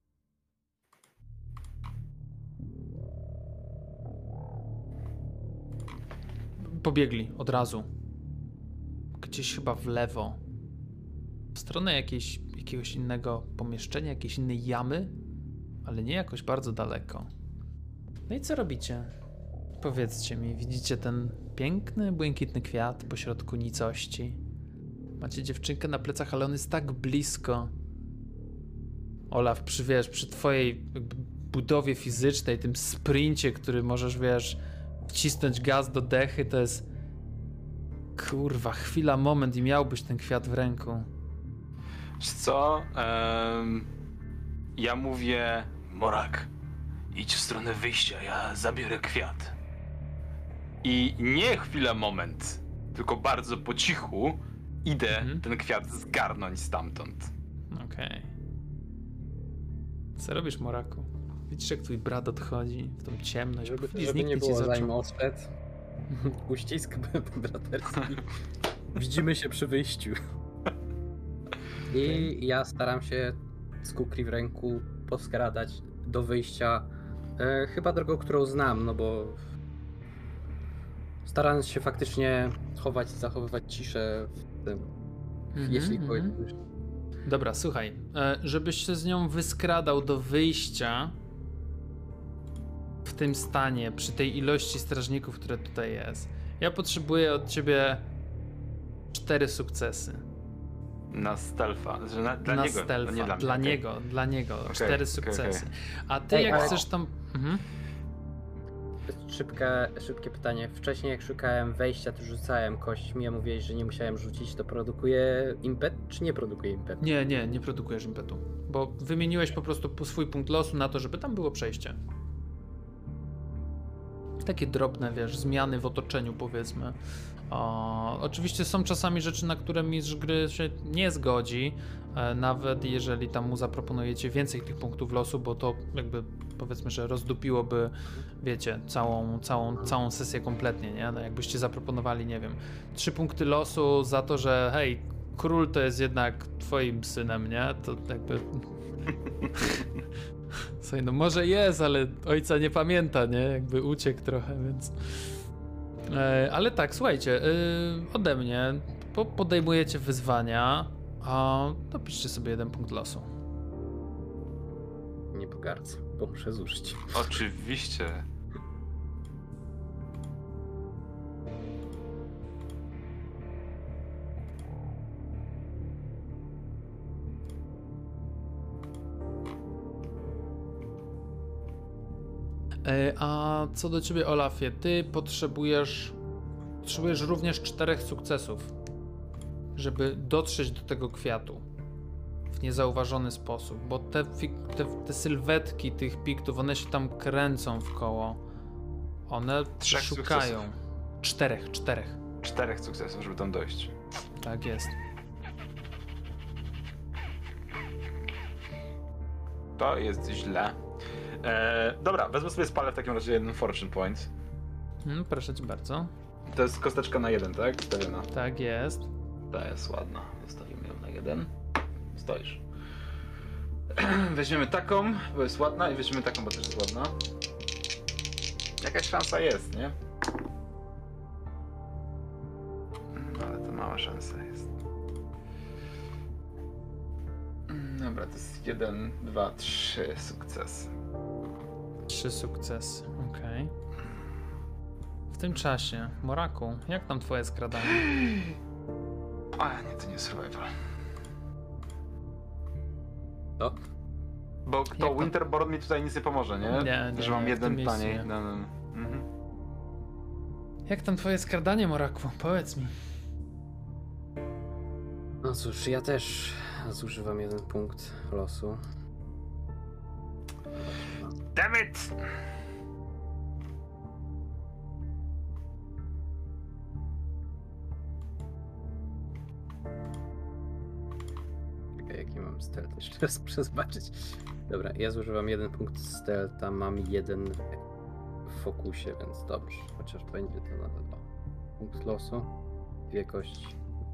Pobiegli od razu. Gdzieś chyba w lewo. W stronę jakiegoś innego pomieszczenia, jakiejś innej jamy, ale nie jakoś bardzo daleko. No i co robicie? Powiedzcie mi, widzicie ten piękny, błękitny kwiat pośrodku nicości? Macie dziewczynkę na plecach, ale on jest tak blisko. Olaf, przy twojej jakby budowie fizycznej, tym sprincie, który możesz, wcisnąć gaz do dechy, to jest kurwa, chwila, moment i miałbyś ten kwiat w ręku.
Wiesz co? Ja mówię...
Morak, idź w stronę wyjścia, ja zabiorę kwiat.
I nie chwila, moment, tylko bardzo po cichu idę ten kwiat zgarnąć stamtąd.
Okej. Co robisz, Moraku? Widzisz, jak twój brat odchodzi w tą ciemność.
Żeby nie było, zanim odszedł. Uścisk braterski. Widzimy się przy wyjściu. I ja staram się z kukli w ręku poskradać do wyjścia. Chyba drogą, którą znam, no bo starając się faktycznie chować, zachowywać ciszę w tym, jeśli kogoś...
Dobra, słuchaj, żebyś się z nią wyskradał do wyjścia w tym stanie, przy tej ilości strażników, które tutaj jest, ja potrzebuję od ciebie 4 sukcesy.
Na stealtha. Dla
na
niego,
stealtha,
nie dla
mnie. Dla niego. 4 sukcesy. A ty jak chcesz tam...
Szybkie pytanie. Wcześniej jak szukałem wejścia, to rzucałem kośćmi, a mówiłeś, że nie musiałem rzucić. To produkuje impet, czy nie produkuje impet?
Nie produkujesz impetu. Bo wymieniłeś po prostu swój punkt losu na to, żeby tam było przejście. Takie drobne, zmiany w otoczeniu, powiedzmy. Oczywiście są czasami rzeczy, na które mistrz gry się nie zgodzi, nawet jeżeli tam mu zaproponujecie więcej tych punktów losu, bo to jakby powiedzmy, że rozdupiłoby, wiecie, całą sesję kompletnie, nie? No jakbyście zaproponowali, nie wiem, 3 punkty losu za to, że hej, król to jest jednak twoim synem, nie? To jakby... Słuchaj, no może jest, ale ojca nie pamięta, nie? Jakby uciekł trochę, więc... Ale tak, słuchajcie, ode mnie podejmujecie wyzwania, a dopiszcie sobie 1 punkt losu.
Nie pogardzę, bo muszę zużyć.
Oczywiście.
A co do ciebie, Olafie, ty potrzebujesz również 4 sukcesów, żeby dotrzeć do tego kwiatu w niezauważony sposób, bo te sylwetki tych piktów, one się tam kręcą w koło. One
3
szukają.
Sukcesów.
4.
4 sukcesów, żeby tam dojść.
Tak jest.
To jest źle. Dobra, wezmę sobie spalę w takim razie 1 fortune point.
Proszę cię bardzo.
To jest kosteczka na 1, tak? Stawiona.
Tak jest.
To jest ładna. Zostawimy ją na 1. Stoisz. Weźmiemy taką, bo jest ładna, i weźmiemy taką, bo też jest ładna. Jakaś szansa jest, nie? Ale to mała szansa jest. Dobra, to jest 1, 2, 3 sukcesy.
3 sukcesy, okej. W tym czasie, Moraku, jak tam twoje skradanie?
A nie, to nie survival.
No.
Bo
Jak
to
to?
Winterborn mi tutaj nic nie pomoże, nie?
Nie,
Że mam
w
jeden
tym
taniej.
miejscu nie.
No. Mhm.
Jak tam twoje skradanie, Moraku? Powiedz mi.
No cóż, ja też zużywam 1 punkt losu.
Damn it!
Czekaj, jaki mam stealth? Jeszcze raz muszę zobaczyć. Dobra, ja zużywam 1 punkt stealtha, mam 1 w fokusie, więc dobrze. Chociaż będzie to nadal 2. Punkt losu, 2 kości.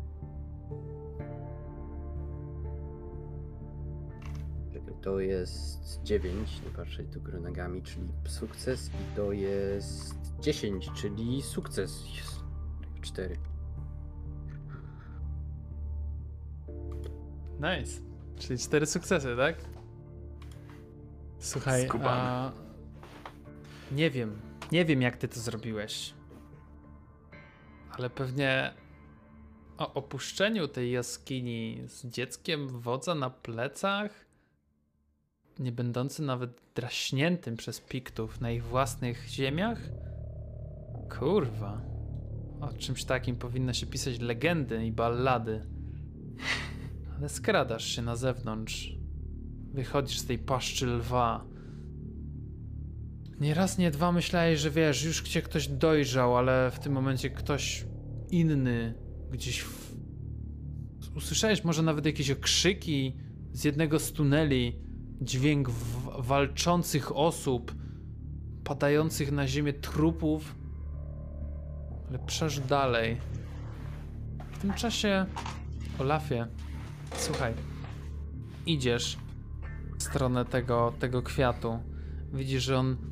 Czekaj, to jest 9, nie patrzeć do góry nogami, czyli sukces i to jest 10, czyli sukces. 4.
Nice. Czyli 4 sukcesy, tak? Słuchaj,
Skubany.
nie wiem jak ty to zrobiłeś, ale pewnie o opuszczeniu tej jaskini z dzieckiem wodza na plecach, nie będący nawet draśniętym przez Piktów na ich własnych ziemiach? Kurwa. O czymś takim powinno się pisać legendy i ballady. Ale skradasz się na zewnątrz. Wychodzisz z tej paszczy lwa. Nie raz, nie dwa myślałeś, że wiesz, już cię ktoś dojrzał, ale w tym momencie ktoś inny gdzieś usłyszałeś może nawet jakieś okrzyki z jednego z tuneli, dźwięk walczących osób, padających na ziemię trupów, ale przesz dalej. W tym czasie, Olafie, słuchaj, idziesz w stronę tego kwiatu. Widzisz, że on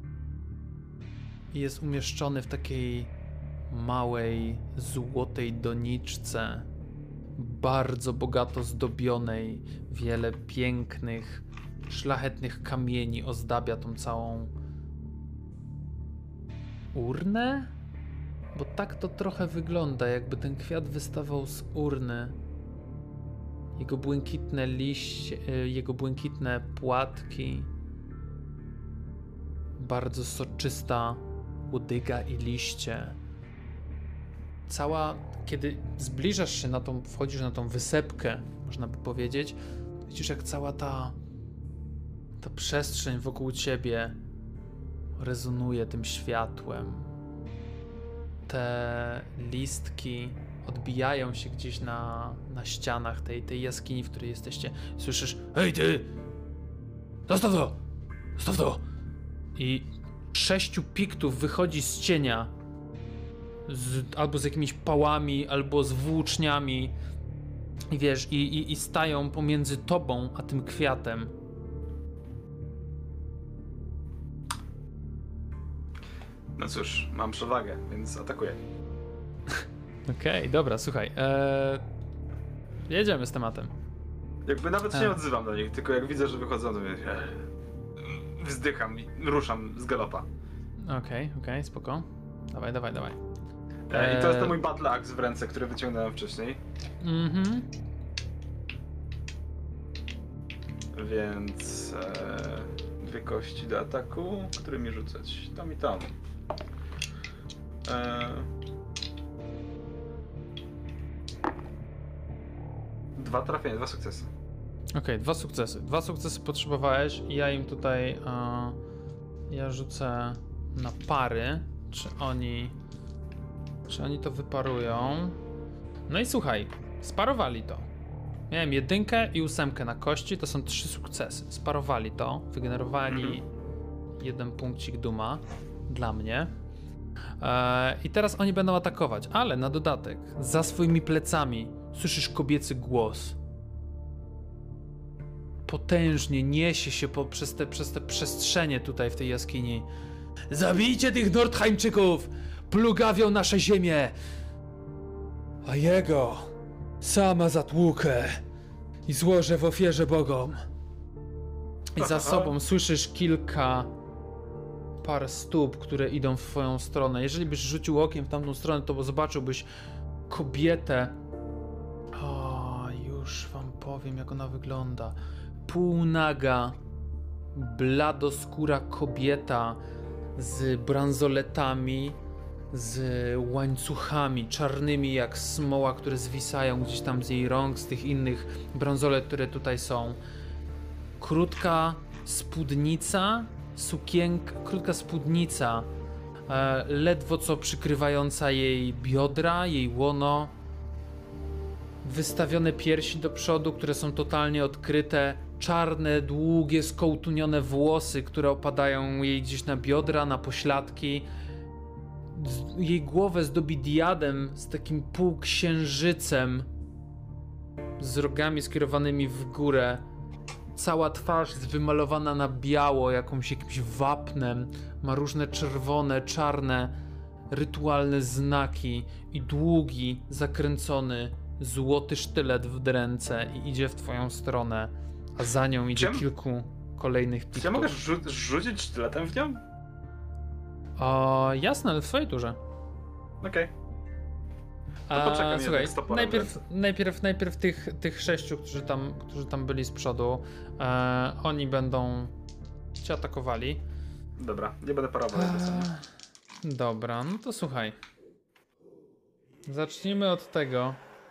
jest umieszczony w takiej małej, złotej doniczce, bardzo bogato zdobionej. Wiele pięknych, szlachetnych kamieni ozdabia tą całą urnę? Bo tak to trochę wygląda, jakby ten kwiat wystawał z urny. Jego błękitne liście, jego błękitne płatki, bardzo soczysta łodyga i liście. Kiedy zbliżasz się wchodzisz na tą wysepkę, można by powiedzieć, widzisz jak cała ta przestrzeń wokół ciebie rezonuje tym światłem. Te listki odbijają się gdzieś na ścianach tej jaskini, w której jesteście. Słyszysz: hej ty! Zostaw to! Zostaw to! I 6 Piktów wychodzi z cienia. Albo z jakimiś pałami, albo z włóczniami. I wiesz, i stają pomiędzy tobą a tym kwiatem.
No cóż, mam przewagę, więc atakuję.
Okej, dobra, słuchaj. Jedziemy z tematem.
Jakby nawet się nie odzywam do nich, tylko jak widzę, że wychodzą, to wzdycham i ruszam z galopa.
Okej, spoko. Dawaj.
I to jest ten mój battle axe w ręce, który wyciągnąłem wcześniej.
Mhm.
Więc 2 kości do ataku, którymi rzucać. Tam i tam. 2 trafienia, 2 sukcesy.
Okej, 2 sukcesy. 2 sukcesy potrzebowałeś i ja im tutaj ja rzucę na pary, czy oni to wyparują. No i słuchaj, sparowali to. Miałem 1 i 8 na kości, to są 3 sukcesy. Sparowali to, wygenerowali 1 punkcik duma dla mnie. I teraz oni będą atakować, ale na dodatek, za swoimi plecami słyszysz kobiecy głos. Potężnie niesie się przez te przestrzenie tutaj w tej jaskini. Zabijcie tych Nordheimczyków! Plugawią nasze ziemię! A jego sama zatłukę i złożę w ofierze bogom. I za sobą słyszysz kilka par stóp, które idą w twoją stronę. Jeżeli byś rzucił okiem w tamtą stronę, to zobaczyłbyś kobietę. O, już wam powiem, jak ona wygląda. Półnaga, bladoskóra kobieta z bransoletami, z łańcuchami czarnymi jak smoła, które zwisają gdzieś tam z jej rąk, z tych innych bransolet, które tutaj są. Krótka spódnica, krótka spódnica, ledwo co przykrywająca jej biodra, jej łono. Wystawione piersi do przodu, które są totalnie odkryte. Czarne, długie, skołtunione włosy, które opadają jej gdzieś na biodra, na pośladki. Jej głowę zdobi diadem z takim półksiężycem, z rogami skierowanymi w górę. Cała twarz jest wymalowana na biało, jakimś wapnem. Ma różne czerwone, czarne, rytualne znaki i długi, zakręcony, złoty sztylet w ręce i idzie w twoją stronę, a za nią idzie kilku kolejnych piktów.
Czy ja mogę rzucić sztyletem w nią?
Jasne, ale w swojej turze.
Okej. Poczekam,
słuchaj, najpierw tych 6, którzy tam byli z przodu, oni będą cię atakowali.
Dobra, nie będę parował.
Dobra, no to słuchaj. Zacznijmy od tego,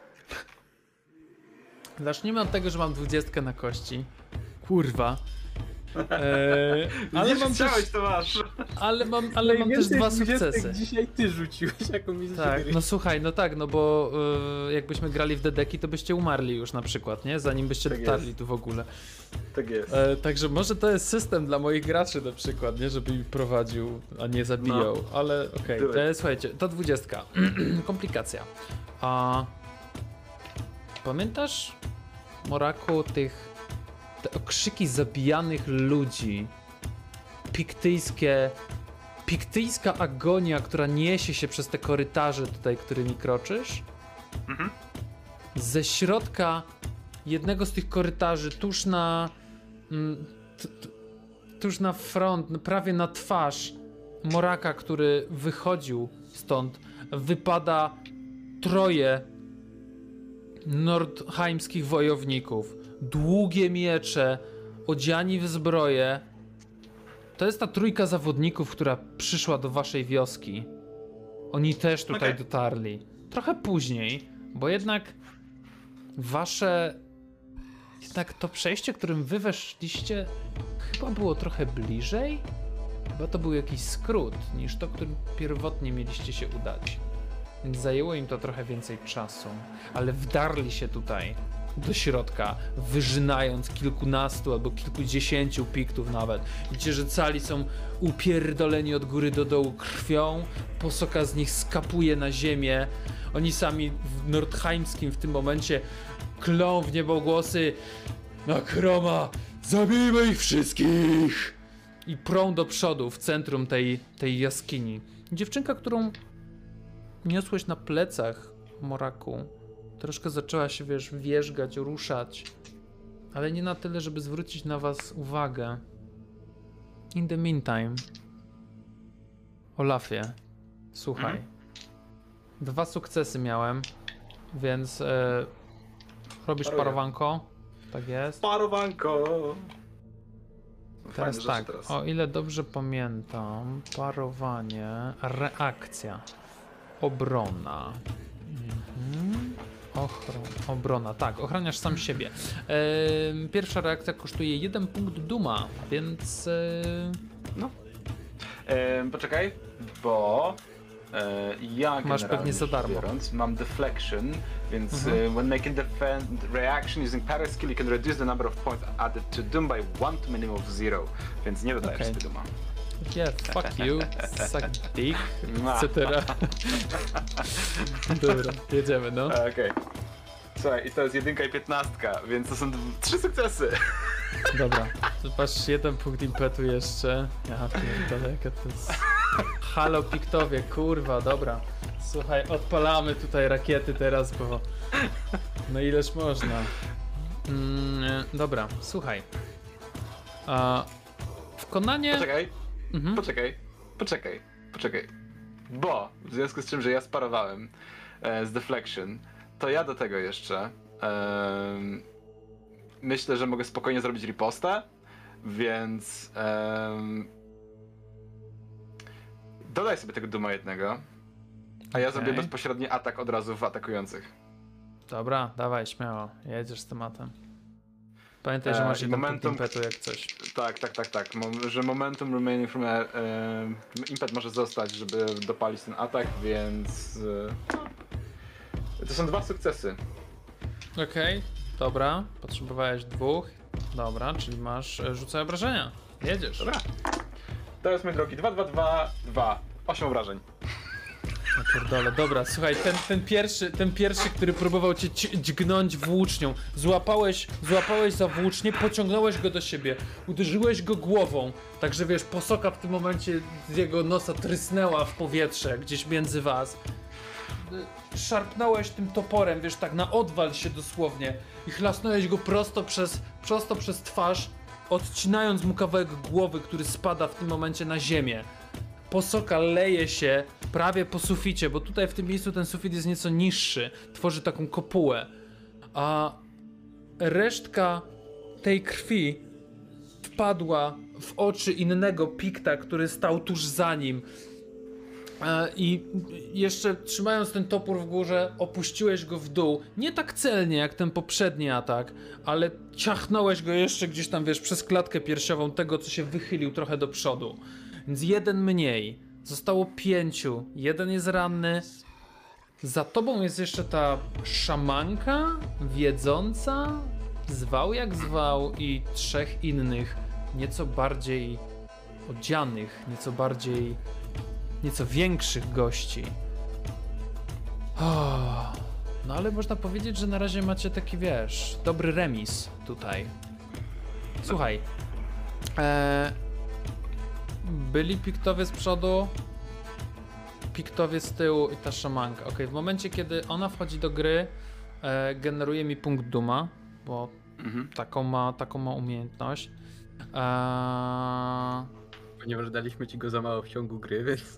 że mam 20 na kości. Kurwa.
Ale mam chciałeś, to masz.
Ale mam też 2 sukcesy.
Dzisiaj ty rzuciłeś, jaką mi
Tak, no słuchaj, no tak, no bo jakbyśmy grali w Dedeki, to byście umarli już na przykład, nie? Zanim byście dotarli tu w ogóle.
Tak jest.
Także może to jest system dla moich graczy na przykład, nie? Żeby mi prowadził, a nie zabijał, ale okej. Słuchajcie, to 20. Komplikacja. Pamiętasz, Moraku, te okrzyki zabijanych ludzi, piktyjska agonia, która niesie się przez te korytarze tutaj, którymi kroczysz?
Mhm.
Ze środka jednego z tych korytarzy, tuż na front, prawie na twarz Moraka, który wychodził stąd, wypada 3 nordheimskich wojowników. Długie miecze, odziani w zbroję. To jest ta 3 zawodników, która przyszła do waszej wioski. Oni też tutaj dotarli. Trochę później, bo jednak to przejście, którym wy weszliście, chyba było trochę bliżej. Chyba to był jakiś skrót niż to, którym pierwotnie mieliście się udać. Więc zajęło im to trochę więcej czasu. Ale wdarli się tutaj do środka, wyżynając kilkunastu albo kilkudziesięciu piktów nawet. Widzicie, że cali są upierdoleni od góry do dołu krwią, posoka z nich skapuje na ziemię. Oni sami w nordheimskim w tym momencie klą w niebogłosy: na Kroma, zabijmy ich wszystkich! I prą do przodu w centrum tej jaskini. Dziewczynka, którą niosłeś na plecach, Moraku, troszkę zaczęła się, wierzgać, ruszać, ale nie na tyle, żeby zwrócić na was uwagę. In the meantime, Olafie, słuchaj. 2 sukcesy miałem, więc robisz parowanko. Tak jest.
Parowanko!
Teraz tak, o ile dobrze pamiętam, parowanie, reakcja, obrona. Obrona, tak, ochraniasz sam siebie. Pierwsza reakcja kosztuje 1 punkt duma, więc...
No. Poczekaj, bo ja
masz pewnie za darmo.
Biorąc, mam deflection, więc when making reaction using para skill, you can reduce the number of points added to doom by 1 to minimum of 0, więc nie dodajesz sobie duma.
Yeah, fuck you, suck dick, etc. Dobra, jedziemy, no.
Okej. Słuchaj, i to jest 1 i 15, więc to są 3 sukcesy.
Dobra, to masz 1 punkt impetu jeszcze. Ja pierdolę, jaka to jest... Halo piktowie, kurwa, dobra. Słuchaj, odpalamy tutaj rakiety teraz, bo... No ileż można. Dobra, słuchaj. W Konanie...
Poczekaj. Poczekaj. Bo w związku z czym, że ja sparowałem z Deflection, to ja do tego jeszcze myślę, że mogę spokojnie zrobić ripostę, więc dodaj sobie tego Duma jednego, a ja zrobię bezpośredni atak od razu w atakujących.
Dobra, dawaj, śmiało. Jedziesz z tematem. Pamiętaj, że masz jeden punkt impetu jak coś.
Tak. Że momentum remaining from impet może zostać, żeby dopalić ten atak, więc to są 2 sukcesy.
Okej, dobra. Potrzebowałeś 2. Dobra, czyli masz rzucaj obrażenia. Jedziesz.
Dobra. Teraz, mój drogi, 2. 8 obrażeń.
Ja pierdolę, dobra, słuchaj, ten pierwszy, który próbował cię dźgnąć włócznią, złapałeś za włócznię, pociągnąłeś go do siebie, uderzyłeś go głową, także wiesz, posoka w tym momencie z jego nosa trysnęła w powietrze, gdzieś między was. Szarpnąłeś tym toporem, wiesz, tak na odwal się dosłownie i chlasnąłeś go prosto przez twarz, odcinając mu kawałek głowy, który spada w tym momencie na ziemię. Posoka leje się prawie po suficie, bo tutaj w tym miejscu ten sufit jest nieco niższy, tworzy taką kopułę, a resztka tej krwi wpadła w oczy innego Pikta, który stał tuż za nim. I jeszcze trzymając ten topór w górze, opuściłeś go w dół. Nie tak celnie jak ten poprzedni atak, ale ciachnąłeś go jeszcze gdzieś tam, wiesz, przez klatkę piersiową tego, co się wychylił trochę do przodu. Więc 1 mniej. Zostało 5. 1 jest ranny. Za tobą jest jeszcze ta szamanka wiedząca, zwał jak zwał, i 3 innych, nieco bardziej odzianych, nieco większych gości. No ale można powiedzieć, że na razie macie taki, wiesz, dobry remis tutaj. Słuchaj. Byli Piktowie z przodu, Piktowie z tyłu i ta szamanka. Okej, w momencie, kiedy ona wchodzi do gry, generuje mi punkt Duma, bo taką ma umiejętność.
Ponieważ daliśmy ci go za mało w ciągu gry, więc...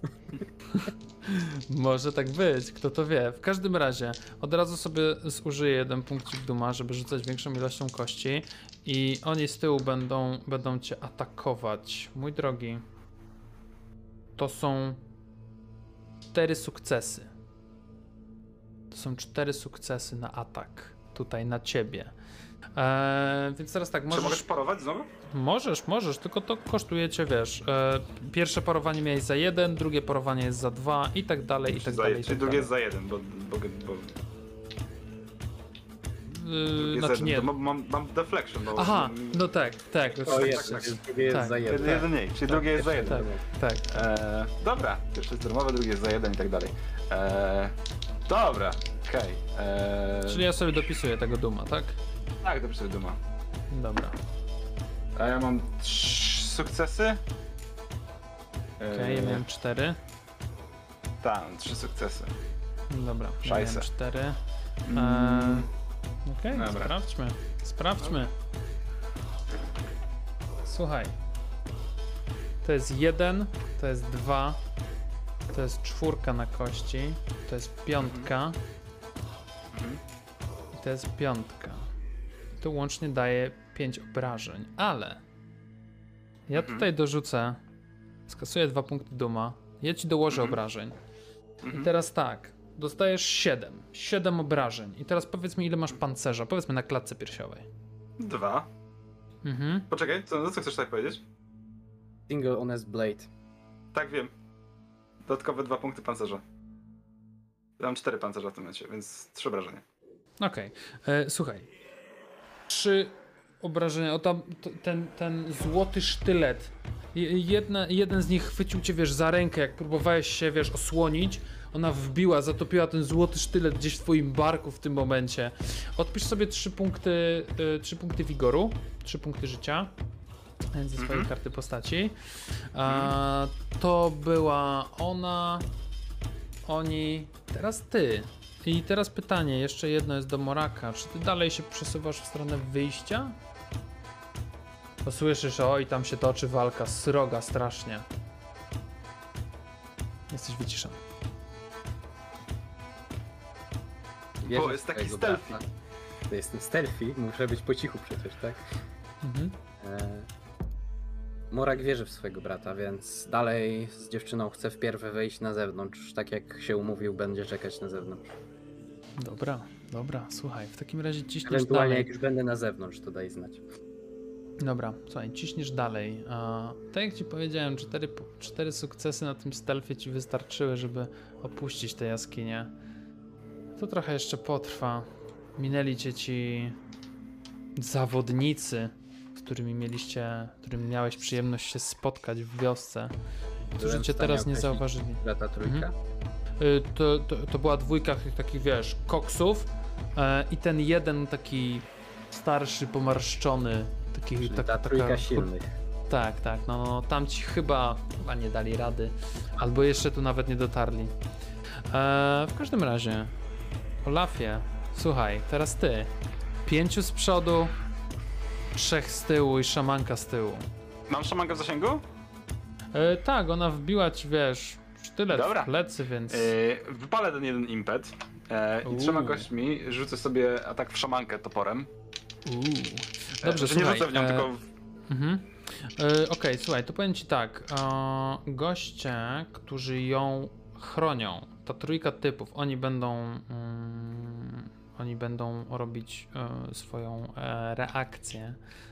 Może tak być, kto to wie. W każdym razie od razu sobie zużyję 1 punkcik Duma, żeby rzucać większą ilością kości i oni z tyłu będą cię atakować. Mój drogi, to są 4 sukcesy. To są 4 sukcesy na atak tutaj na ciebie. Więc teraz tak,
Czy możesz parować znowu?
Możesz, tylko to kosztuje cię, wiesz, pierwsze parowanie miałeś za 1, drugie parowanie jest za 2 i tak dalej, i tak dalej.
Czyli drugie jest za 1, bo
znaczy nie.
Mam deflection. Bo...
Aha, no tak.
Drugie jest za 1.
Jeden mniej, czyli drugie jest za 1.
Tak.
Dobra, pierwsze jest darmowe, drugie jest za 1 i tak dalej. Dobra, okej.
Czyli ja sobie dopisuję tego Duma, tak?
Tak, dopisuję Duma.
Dobra.
A ja mam 3 sukcesy.
Okej, ja miałem 4.
Tak, 3 sukcesy.
Dobra, ja
Szajse.
miałem 4. Okej,
Dobra.
sprawdźmy. Słuchaj. To jest 1, to jest 2, to jest 4 na kości, to jest 5 i to jest 5. To łącznie daje 5 obrażeń, ale ja tutaj dorzucę, skasuję 2 punkty Duma, ja ci dołożę obrażeń. I teraz tak, dostajesz 7 obrażeń. I teraz powiedz mi, ile masz pancerza, powiedzmy na klatce piersiowej.
2. Poczekaj, co chcesz tutaj powiedzieć?
Single honest blade.
Tak, wiem. Dodatkowe 2 punkty pancerza. Ja mam 4 pancerza w tym momencie, więc 3 obrażenia.
Okej. Słuchaj. 3 obrażenia. O tam, ten złoty sztylet. Jeden z nich chwycił cię, wiesz, za rękę, jak próbowałeś się, wiesz, osłonić. Ona wbiła, zatopiła ten złoty sztylet gdzieś w twoim barku w tym momencie. Odpisz sobie 3 punkty wigoru, 3 punkty życia ze swojej karty postaci. To była ona, oni, teraz ty. I teraz pytanie, jeszcze jedno jest do Moraka. Czy ty dalej się przesuwasz w stronę wyjścia? Bo słyszysz, oj, tam się toczy walka, sroga strasznie. Jesteś wyciszony.
Wierzę w
jest taki
swojego
stealthy.
brata. To jestem stealthy, muszę być po cichu przecież, tak?
Mhm.
Morak wierzy w swojego brata, więc dalej z dziewczyną chce wpierw wejść na zewnątrz. Tak jak się umówił, będzie czekać na zewnątrz.
Dobra, słuchaj, w takim razie ciśniesz
Ewentualnie
dalej.
jak już będę na zewnątrz, to daj znać.
Dobra, słuchaj, ciśniesz dalej. Tak jak ci powiedziałem, 4 sukcesy na tym stealthie ci wystarczyły, żeby opuścić tę jaskinię. To trochę jeszcze potrwa. Minęli cię ci zawodnicy, z którymi miałeś przyjemność się spotkać w wiosce, którzy
Byłem
cię
w stanie
teraz nie
określić
zauważyli.
Brata trójka.
To była dwójka takich, wiesz, koksów i ten jeden taki starszy, pomarszczony, taki
Czyli ta trójka silnych.
Tak, no tam ci chyba nie dali rady, albo jeszcze tu nawet nie dotarli. W każdym razie, Olafie, słuchaj, teraz ty. 5 z przodu, 3 z tyłu i szamanka z tyłu.
Mam szamankę w zasięgu?
Tak, ona wbiła ci, wiesz, sztylet
Dobra.
w plecy, więc...
Wypalę ten jeden impet i 3 kośćmi rzucę sobie atak w szamankę toporem.
Dobrze,
że nie
słuchaj.
rzucę w nią, tylko...
Okej, słuchaj, to powiem ci tak. Goście, którzy ją chronią, ta trójka typów, oni będą robić swoją reakcję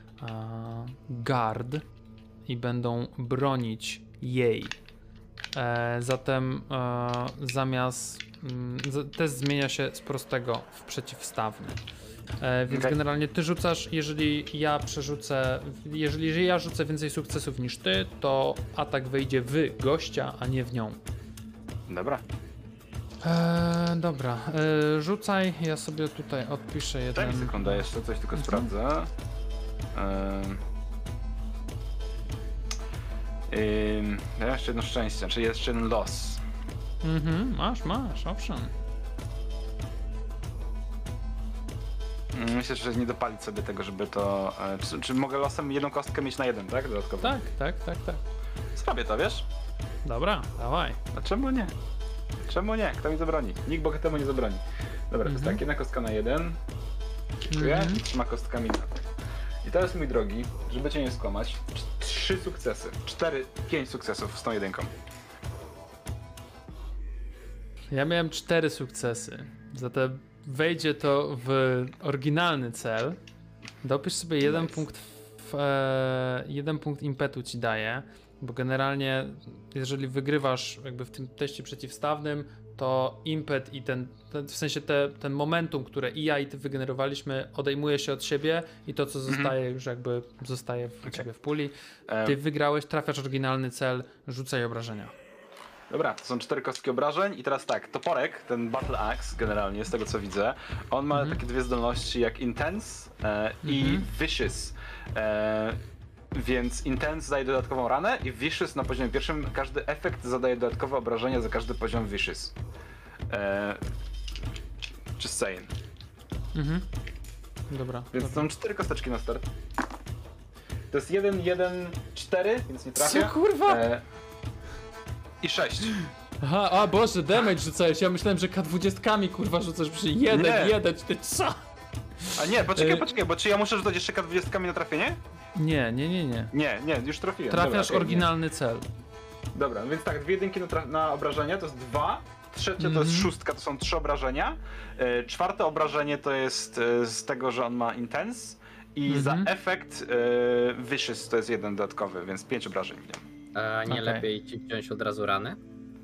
guard i będą bronić jej. Zatem zamiast test zmienia się z prostego w przeciwstawny. Więc
Okej.
generalnie ty rzucasz, jeżeli ja rzucę więcej sukcesów niż ty, to atak wejdzie w gościa, a nie w nią.
Dobra.
Dobra, rzucaj, ja sobie tutaj odpiszę
Daj mi
jeden...
sekundę, jeszcze coś tylko sprawdzę. Ja jeszcze jedno szczęście, czyli jeszcze jeden los.
Masz, owszem.
Myślę, że nie dopalić sobie tego, żeby to... Czy mogę losem jedną kostkę mieć na jeden, tak? Dodatkowo.
Tak.
Zrobię to, wiesz?
Dobra, dawaj.
A czemu nie? Czemu nie? Kto mi zabroni? Nikt bogatemu nie zabroni. Dobra, to jest tak, jedna kostka na jeden. Dziękuję. I 3 kostkami na tak. I teraz, mój drogi, żeby cię nie skłamać, 3 sukcesy. 5 sukcesów z tą jedynką.
Ja miałem 4 sukcesy, zatem wejdzie to w oryginalny cel. Dopisz sobie jeden punkt, jeden punkt impetu ci daje, bo generalnie jeżeli wygrywasz jakby w tym teście przeciwstawnym, to impet i w sensie ten momentum, które i ja i ty wygenerowaliśmy, odejmuje się od siebie i to co zostaje już jakby zostaje u ciebie w puli. Ty wygrałeś, trafiasz oryginalny cel, rzucaj obrażenia.
Dobra, to są 4 kostki obrażeń i teraz tak, toporek, ten Battle Axe generalnie, z tego co widzę, on ma takie dwie zdolności jak Intense i Vicious. Więc Intense zadaje dodatkową ranę i Vicious na poziomie pierwszym, każdy efekt zadaje dodatkowe obrażenia za każdy poziom Vicious. Just saying.
Dobra.
Więc są 4 kosteczki na start. To jest 1, 1, 4, więc nie trafię.
Co kurwa?
I 6.
Aha, a Boże, damage rzucałeś, ja myślałem, że K20 kurwa rzucasz przy 1, ty co?
A nie, poczekaj, bo czy ja muszę rzucać jeszcze K20 na trafienie?
Nie.
Nie, już trafiłem.
Trafiasz
Dobra,
oryginalny cel.
Dobra, więc tak, 2 jedynki na obrażenia to jest 2, trzecie to jest 6, to są 3 obrażenia, 4 obrażenie to jest z tego, że on ma Intense i za efekt Vicious to jest 1 dodatkowy, więc 5 obrażeń.
A nie lepiej ci wziąć od razu ranę?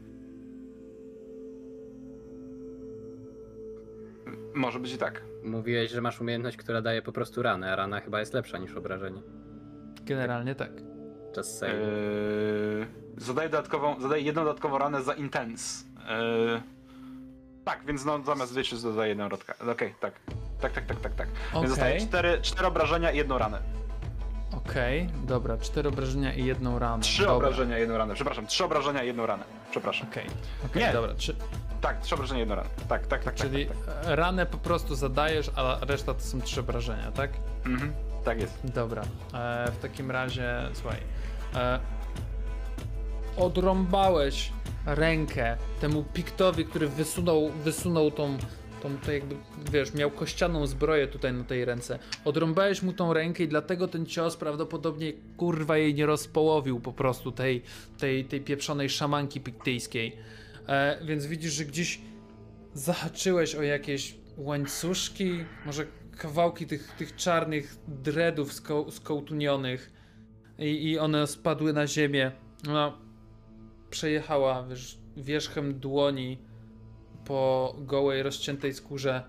Może być i tak.
Mówiłeś, że masz umiejętność, która daje po prostu ranę, a rana chyba jest lepsza niż obrażenie.
Generalnie tak.
Just say.
Zadaję jedną dodatkową ranę za Intense. Tak, więc no zamiast Vicious dodaję jedną rodkę. Okej, tak. Więc dostaję 4 obrażenia i 1 ranę.
Okej, dobra, 4 obrażenia i 1 ranę.
3 obrażenia i 1 ranę. Przepraszam, 3 obrażenia i 1 ranę. Przepraszam.
Okej,
Nie.
dobra.
Tak, 3 obrażenia i 1 ranę. Tak.
Czyli ranę po prostu zadajesz, a reszta to są 3 obrażenia, tak?
Tak jest.
Dobra, w takim razie, słuchaj, odrąbałeś rękę temu Piktowi, który wysunął tą to jakby, wiesz, miał kościaną zbroję tutaj na tej ręce. Odrąbałeś mu tą rękę i dlatego ten cios prawdopodobnie, kurwa, jej nie rozpołowił po prostu tej pieprzonej szamanki piktyjskiej. Więc widzisz, że gdzieś zahaczyłeś o jakieś łańcuszki, może kawałki tych czarnych dreadów skołtunionych i one spadły na ziemię. Ona przejechała, wiesz, wierzchem dłoni po gołej, rozciętej skórze.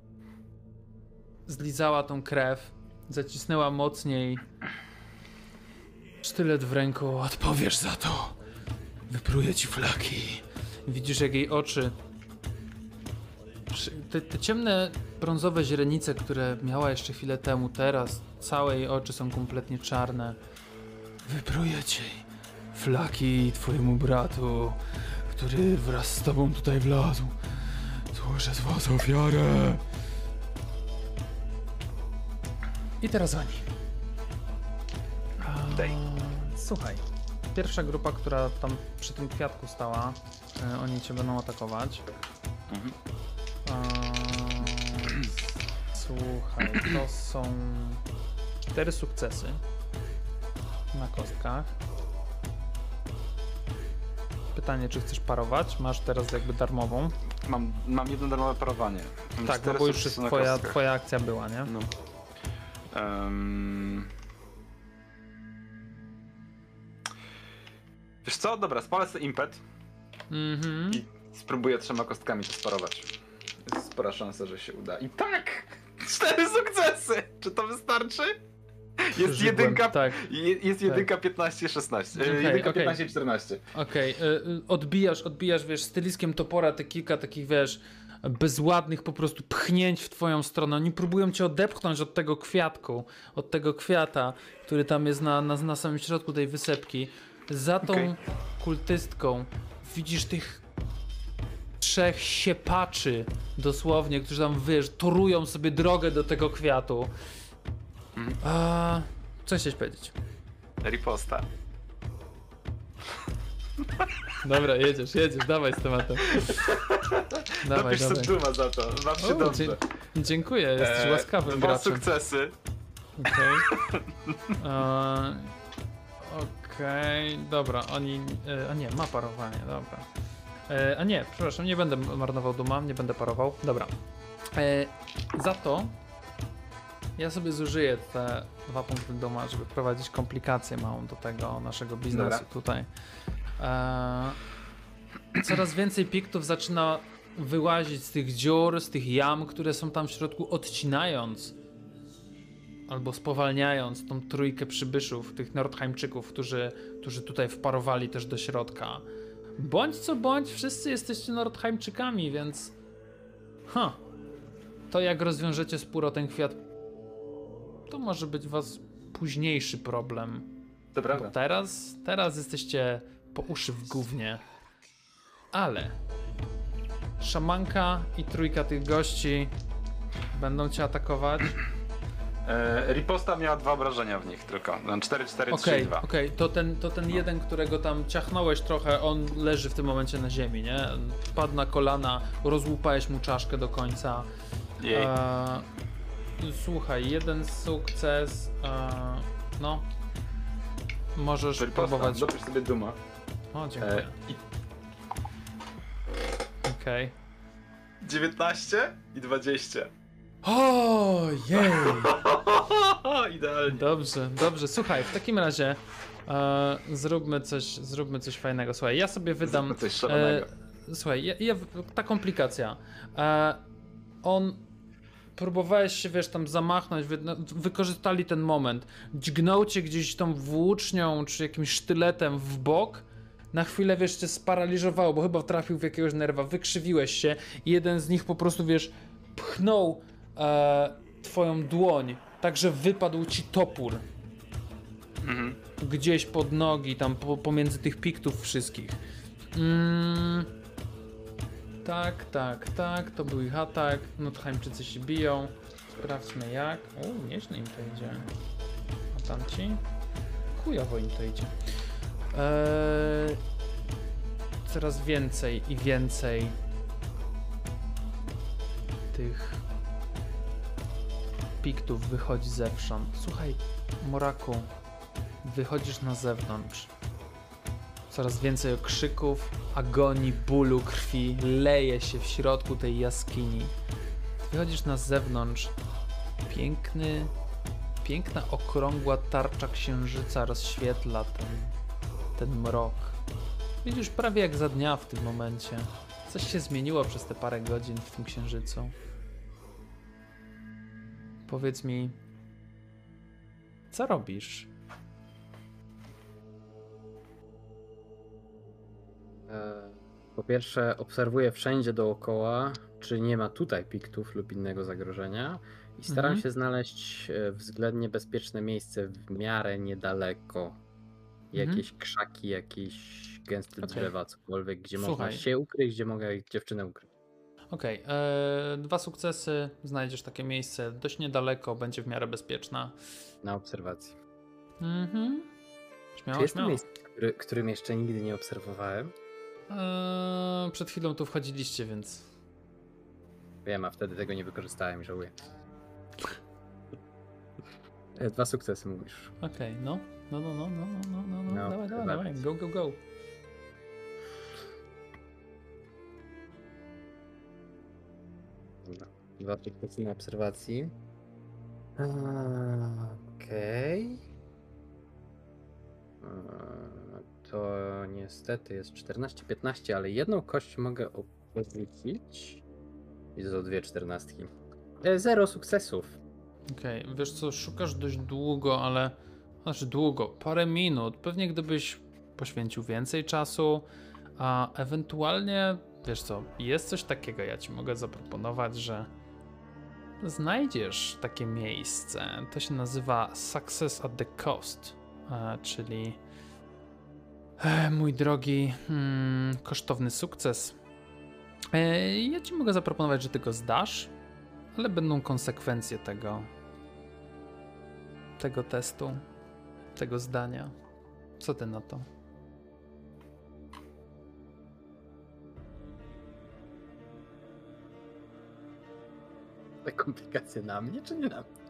Zlizała tą krew, zacisnęła mocniej. Sztylet w ręku.
Odpowiesz za to. Wypruję ci flaki.
Widzisz, jak jej oczy... Te ciemne, brązowe źrenice, które miała jeszcze chwilę temu, teraz całe jej oczy są kompletnie czarne.
Wypruję ci flaki twojemu bratu, który wraz z tobą tutaj wlazł. Złożę z was ofiarę.
I teraz oni.
Daj.
Słuchaj, pierwsza grupa, która tam przy tym kwiatku stała, oni cię będą atakować.
Mhm.
Słuchaj, to są 4 sukcesy na kostkach. Pytanie, czy chcesz parować? Masz teraz jakby darmową.
Mam jedno darmowe parowanie. Mam
Tak, no
4
bo już
sukcesy na
twoja
kostkach.
akcja była, nie?
No. Wiesz co? Dobra, spalę sobie impet
Mhm.
i spróbuję 3 kostkami to sparować. Jest spora szansa, że się uda. I tak! 4 sukcesy! Czy to wystarczy? Jest
Przeżyłem,
jedynka,
tak.
jest jedynka 15-16.
Okej,
Jedynka
okej.
15-14.
Okej, odbijasz, wiesz, styliskiem topora te kilka takich, wiesz, bezładnych po prostu pchnięć w twoją stronę. Oni próbują cię odepchnąć od tego kwiatku, od tego kwiata, który tam jest na samym środku tej wysepki. Za tą
Okej.
kultystką widzisz tych 3 siepaczy, dosłownie, którzy tam, wiesz, torują sobie drogę do tego kwiatu. Co chciałeś powiedzieć?
Riposta.
Dobra, jedziesz, dawaj z tematem. Dawaj,
Napisz sobie duma za to. Baw się dobrze.
Dziękuję, jesteś łaskawym
2
graczem.
sukcesy.
Okej. Okej, dobra, oni... A nie, ma parowanie, dobra. A nie, przepraszam, nie będę marnował duma, nie będę parował. Dobra. Za to ja sobie zużyję te 2 punkty duma, żeby wprowadzić komplikację małą do tego naszego biznesu
Dobra.
tutaj. Coraz więcej piktów zaczyna wyłazić z tych dziur, z tych jam, które są tam w środku, odcinając albo spowalniając tą trójkę przybyszów, tych Nordheimczyków, którzy tutaj wparowali też do środka. Bądź co bądź, wszyscy jesteście Nordheimczykami, więc... To jak rozwiążecie spór o ten kwiat, to może być was późniejszy problem.
To prawda.
Bo teraz jesteście po uszy w gównie. Ale szamanka i trójka tych gości będą cię atakować.
Riposta miała 2 obrażenia w nich tylko. 4, 4, 3, 2.
Okej, to ten jeden, którego tam ciachnąłeś trochę, on leży w tym momencie na ziemi, nie? Padł na kolana, rozłupałeś mu czaszkę do końca.
Jej.
Słuchaj, 1 sukces. No. Możesz próbować.
Dopisz sobie duma.
O, dziękuję.
I
Okej.
19 i 20.
Ojej!
Idealnie.
Dobrze. Słuchaj, w takim razie zróbmy coś fajnego. Słuchaj, ja sobie wydam...
Zróbmy coś szalonego.
Słuchaj, ta komplikacja. Próbowałeś się, wiesz, tam zamachnąć, wykorzystali ten moment. Dźgnął cię gdzieś tą włócznią, czy jakimś sztyletem w bok. Na chwilę, wiesz, cię sparaliżowało, bo chyba trafił w jakiegoś nerwa, wykrzywiłeś się i jeden z nich po prostu, wiesz, pchnął twoją dłoń, tak że wypadł ci topór. Gdzieś pod nogi, tam pomiędzy tych piktów wszystkich. Tak, to był ich atak. Nordheimczycy się biją. Sprawdźmy jak. Nieźle im to idzie. A tamci? Chujowo im to idzie. coraz więcej i więcej tych piktów wychodzi zewsząd. Słuchaj, Moraku, wychodzisz na zewnątrz. Coraz więcej okrzyków, agonii, bólu, krwi leje się w środku tej jaskini. Wychodzisz na zewnątrz. Piękna, okrągła tarcza księżyca rozświetla ten mrok. Widzisz prawie jak za dnia w tym momencie. Coś się zmieniło przez te parę godzin w tym księżycu. Powiedz mi, co robisz?
Po pierwsze, obserwuję wszędzie dookoła, czy nie ma tutaj piktów lub innego zagrożenia i staram się znaleźć względnie bezpieczne miejsce w miarę niedaleko. Jakieś krzaki, jakieś gęste drzewa, cokolwiek, gdzie można się ukryć, gdzie mogę dziewczynę ukryć.
Okej, 2 sukcesy, znajdziesz takie miejsce dość niedaleko, będzie w miarę bezpieczna.
Na obserwacji.
Śmiało,
Czy jest to
śmiało.
miejsce, którym jeszcze nigdy nie obserwowałem?
Przed chwilą tu wchodziliście, więc...
Wiem, a wtedy tego nie wykorzystałem, żałuję. 2 sukcesy mówisz.
Okej, no, dawaj,
chyba
dawaj,
nic.
go, go, go.
Dobra. 2 sukcesy na obserwacji. Okej. To niestety jest 14-15, ale jedną kość mogę odrzucić. I to 2 czternastki. 0 sukcesów.
Okej, wiesz co, szukasz dość długo, ale... Znaczy długo, parę minut. Pewnie gdybyś poświęcił więcej czasu, a ewentualnie, wiesz co, jest coś takiego, ja ci mogę zaproponować, że znajdziesz takie miejsce. To się nazywa Success at the Cost, czyli mój drogi, kosztowny sukces. Ja ci mogę zaproponować, że ty go zdasz, ale będą konsekwencje tego testu, tego zdania. Co ty na to?
Te komplikacje na mnie, czy nie na mnie?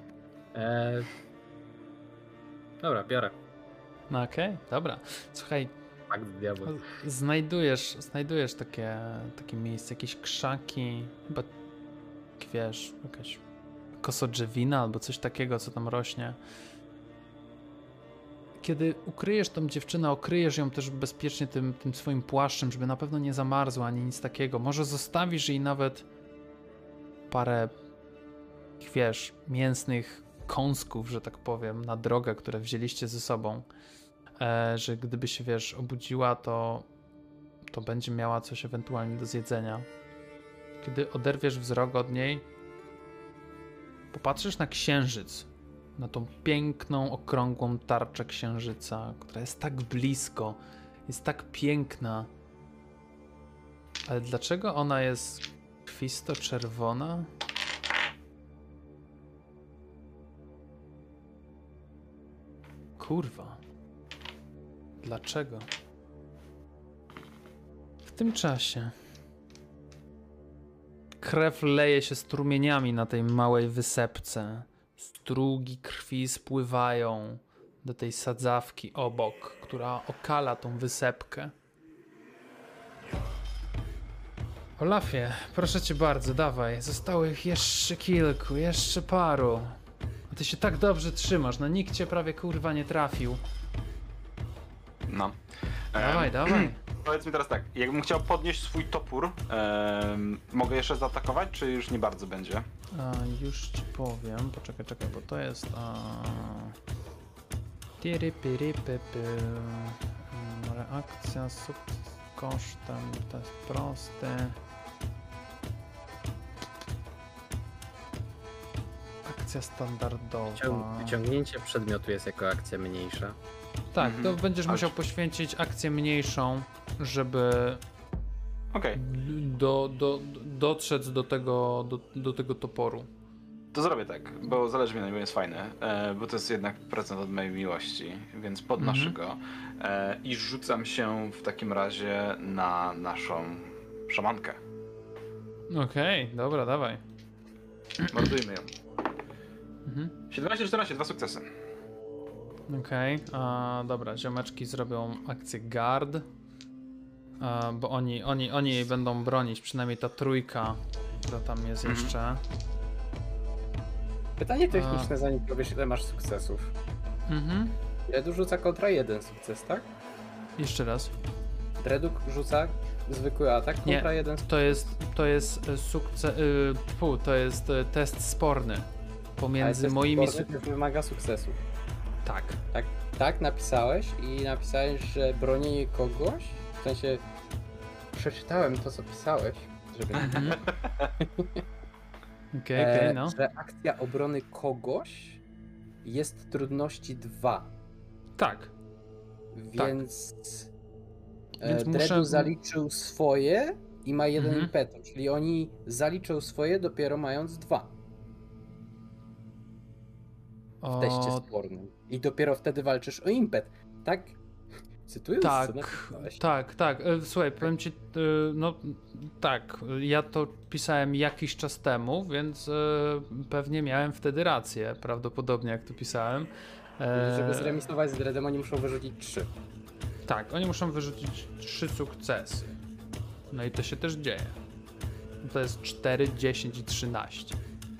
Dobra, biorę.
No okej, dobra. Słuchaj,
Fakt diabła.
znajdujesz takie miejsce, jakieś krzaki, chyba, wiesz, jakaś kosodrzewina albo coś takiego, co tam rośnie. Kiedy ukryjesz tą dziewczynę, okryjesz ją też bezpiecznie tym swoim płaszczem, żeby na pewno nie zamarzła ani nic takiego. Może zostawisz jej nawet parę, wiesz, mięsnych kąsków, że tak powiem, na drogę, które wzięliście ze sobą. Że gdyby się, wiesz, obudziła, to będzie miała coś ewentualnie do zjedzenia. Kiedy oderwiesz wzrok od niej, popatrzysz na księżyc, na tą piękną, okrągłą tarczę księżyca, która jest tak blisko, jest tak piękna. Ale dlaczego ona jest krwisto-czerwona? Kurwa. Dlaczego? W tym czasie krew leje się strumieniami na tej małej wysepce. Strugi krwi spływają do tej sadzawki obok, która okala tą wysepkę. Olafie, proszę cię bardzo, dawaj. Zostało ich jeszcze kilku, jeszcze paru. A ty się tak dobrze trzymasz, no nikt cię prawie kurwa nie trafił.
No.
Dawaj, dawaj.
Powiedz mi teraz tak, jakbym chciał podnieść swój topór, mogę jeszcze zaatakować, czy już nie bardzo będzie?
Już ci powiem, poczekaj, bo to jest reakcja z kosztem, to jest prosty. Akcja standardowa.
Wyciągnięcie przedmiotu jest jako akcja mniejsza.
Tak, to będziesz musiał poświęcić akcję mniejszą, żeby
Okej.
dotrzeć do tego toporu.
To zrobię tak, bo zależy mi na nim, bo jest fajny, bo to jest jednak procent od mojej miłości, więc podnoszę go i rzucam się w takim razie na naszą szamankę.
Okej, dobra, dawaj.
Mordujmy ją.
Mhm.
17-14, 2 sukcesy.
Okej, dobra, ziomeczki zrobią akcję guard, bo oni jej będą bronić, przynajmniej ta trójka, która tam jest jeszcze.
Pytanie techniczne, zanim powiesz, ile masz sukcesów. Dredu rzuca kontra 1 sukces, tak?
Jeszcze raz.
Dredu rzuca zwykły atak kontra 1 sukces.
To jest sukces, to jest test sporny pomiędzy
test
moimi...
sporny wymaga sukcesu.
Tak.
Tak, napisałeś i napisałeś, że bronienie kogoś, w sensie przeczytałem to, co pisałeś, żeby
Okej, no.
że akcja obrony kogoś jest trudności 2.
Tak.
Więc,
Więc
Dredu
muszę...
zaliczył swoje i ma 1 impetu, czyli oni zaliczą swoje dopiero mając 2 w teście spornym. I dopiero wtedy walczysz o impet, tak? Cytując, co napisałeś.
Tak. Słuchaj, powiem ci, no tak, ja to pisałem jakiś czas temu, więc pewnie miałem wtedy rację, prawdopodobnie jak to pisałem.
Żeby zremisować z Dreadem, oni muszą wyrzucić 3.
Tak, oni muszą wyrzucić 3 sukcesy. No i to się też dzieje. To jest 4, 10 i 13.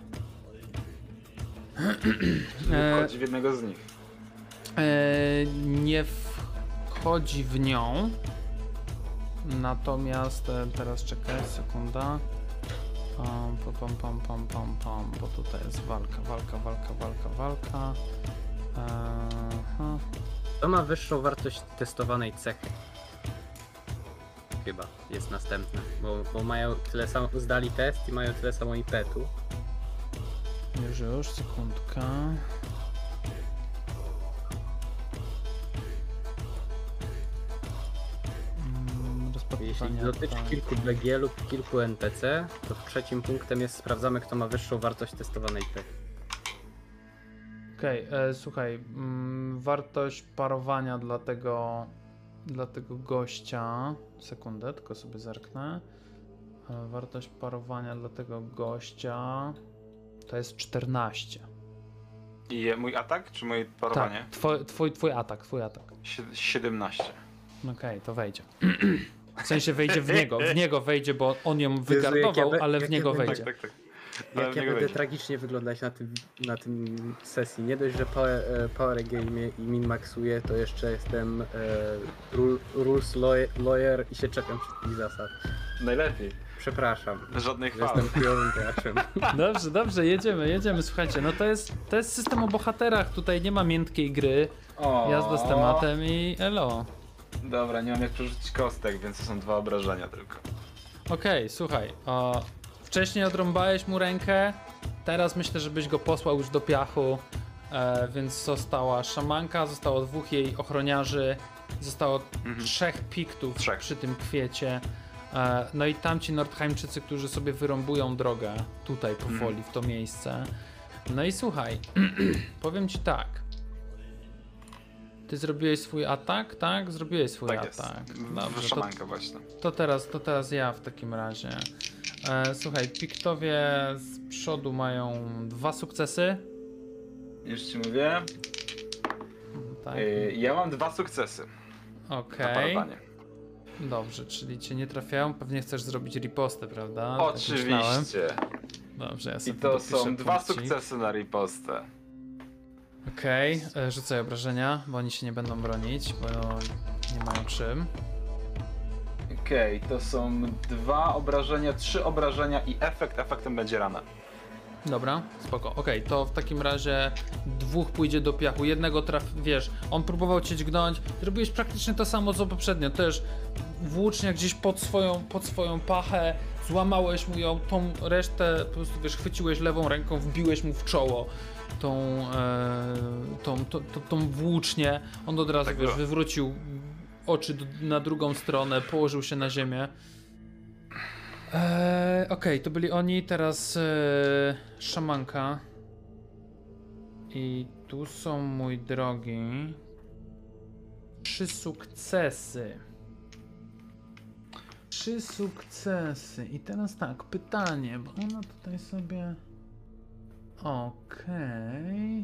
Wchodzi w jednego z nich.
Nie wchodzi w nią. Natomiast teraz czekaj, sekunda. Bo tutaj jest walka.
To ma wyższą wartość testowanej cechy. Chyba jest następne, bo mają tyle samo, zdali test i mają tyle samo impetu.
Już, sekundka.
Jeśli dotyczy kilku BG lub kilku NPC, to trzecim punktem jest sprawdzamy, kto ma wyższą wartość testowanej cechy.
Okej, słuchaj, wartość parowania dla tego gościa, sekundę, tylko sobie zerknę. Wartość parowania dla tego gościa to jest 14.
I mój atak, czy moje parowanie?
Tak, twój atak.
17.
Okej, to wejdzie. W sensie wejdzie w niego wejdzie, bo on ją wygardował, ale w niego wejdzie.
Tak.
Jak ja będę tragicznie wyglądać na tym sesji. Nie dość, że Power Game i min-maxuję, to jeszcze jestem rules lawyer i się czepiam wszystkich zasad.
Najlepiej.
Przepraszam.
Żadnej
że
chwały.
jestem chujowym graczem.
Dobrze, jedziemy, słuchajcie, no to jest system o bohaterach, tutaj nie ma miętkiej gry, jazda z tematem i elo.
Dobra, nie mam jak przerzucić kostek, więc to są 2 obrażenia tylko.
Okej, słuchaj, wcześniej odrąbałeś mu rękę, teraz myślę, żebyś go posłał już do piachu, więc została szamanka, zostało 2 jej ochroniarzy, zostało 3 piktów przy tym kwiecie. No i tamci Nordheimczycy, którzy sobie wyrąbują drogę tutaj powoli w to miejsce. No i słuchaj, powiem ci tak. Ty zrobiłeś swój atak, tak? Zrobiłeś swój atak.
Dobrze, szamanka właśnie.
To teraz ja w takim razie. Słuchaj, piktowie z przodu mają 2 sukcesy.
Już ci mówię.
Tak.
Ja mam 2 sukcesy.
Okej. Dobrze, czyli cię nie trafiają. Pewnie chcesz zrobić ripostę, prawda?
Oczywiście.
Tak dobrze, ja sobie
I to są 2
punkcik.
sukcesy na ripostę.
Okej, rzucaj obrażenia, bo oni się nie będą bronić, bo nie mają czym.
Okej, to są 2 obrażenia, 3 obrażenia i efektem będzie rana.
Dobra, spoko. Okej, to w takim razie 2 pójdzie do piachu, jednego wiesz, on próbował cię dźgnąć, zrobiłeś praktycznie to samo co poprzednio, też włócznia gdzieś pod swoją pachę, złamałeś mu ją, tą resztę po prostu, wiesz, chwyciłeś lewą ręką, wbiłeś mu w czoło tą włócznię, on od razu,
tak
wiesz, wywrócił oczy na drugą stronę, położył się na ziemię. Okej, to byli oni, teraz szamanka. I tu są, mój drogi, 3 sukcesy. 3 sukcesy. I teraz tak, pytanie, bo ona tutaj sobie... Okej.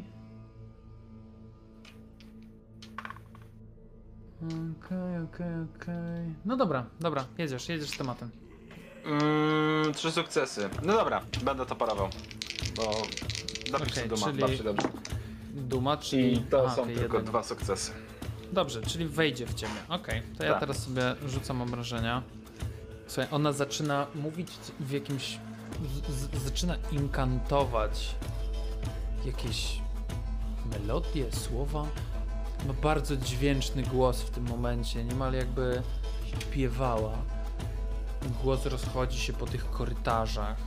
Okej. No dobra, jedziesz z tematem.
3 sukcesy. No dobra, będę to parował. Bo zapisz
Okej,
Duma,
czyli-
baw się dobrze.
Duma, czyli...
I to są
okej,
tylko
jeden.
2 sukcesy.
Dobrze, czyli wejdzie w ciebie. Okej, to ja
Tak.
teraz sobie rzucam obrażenia. Słuchaj, ona zaczyna mówić w jakimś... zaczyna inkantować jakieś melodie, słowa. Ma bardzo dźwięczny głos w tym momencie, niemal jakby śpiewała. Głos rozchodzi się po tych korytarzach.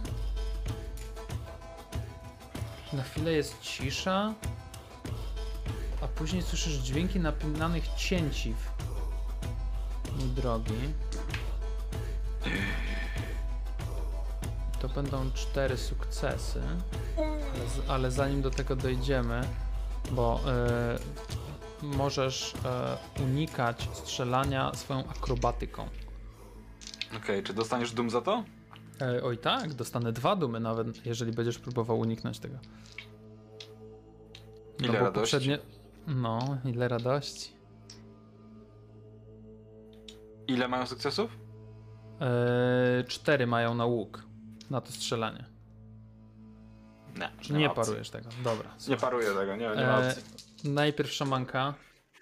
Na chwilę jest cisza, a później słyszysz dźwięki napinanych cięciw. Mój drogi. To będą 4 sukcesy, ale zanim do tego dojdziemy, bo możesz unikać strzelania swoją akrobatyką.
Okej, czy dostaniesz Dum za to?
Oj tak, dostanę 2 dumy nawet, jeżeli będziesz próbował uniknąć tego.
Ile
bo
radości?
No, ile radości.
Ile mają sukcesów?
4 mają na łuk, na to strzelanie.
Nie
Nie
ma opcji.
parujesz tego, dobra.
Nie paruję tego, nie ma opcji.
Najpierw szamanka.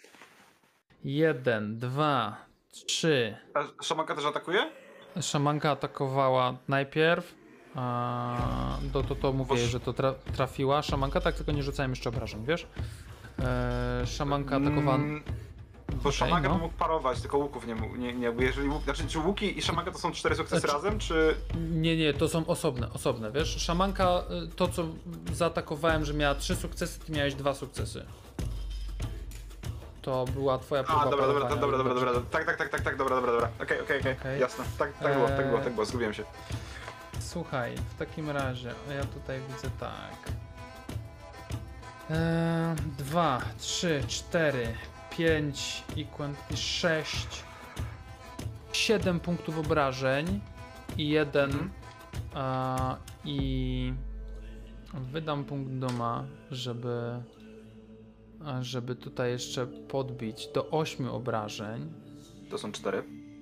1, 2, 3.
A szamanka też atakuje?
Szamanka atakowała najpierw. To mówię,
Boż-
że to trafiła. Szamanka, tak, tylko nie rzucałem jeszcze obrażeń, wiesz? Szamanka atakowała.
Bo szamanka
no.
by mógł parować, tylko łuków nie mógł. Nie, bo jeżeli czy łuki i szamanka to są 4 sukcesy
Znaczy-
razem, czy...
Nie, to są osobne, wiesz? Szamanka, to co zaatakowałem, że miała 3 sukcesy, ty miałeś 2 sukcesy. To była twoja próba
A, dobra.
parowania.
Tak, dobra. Okej,
Okej.
jasne. Tak było, zgubiłem się.
Słuchaj, w takim razie, ja tutaj widzę tak. 2, 3, 4, 5 i 6, 7 punktów obrażeń i 1 i wydam punkt duma, żeby tutaj jeszcze podbić do 8 obrażeń.
To są 4.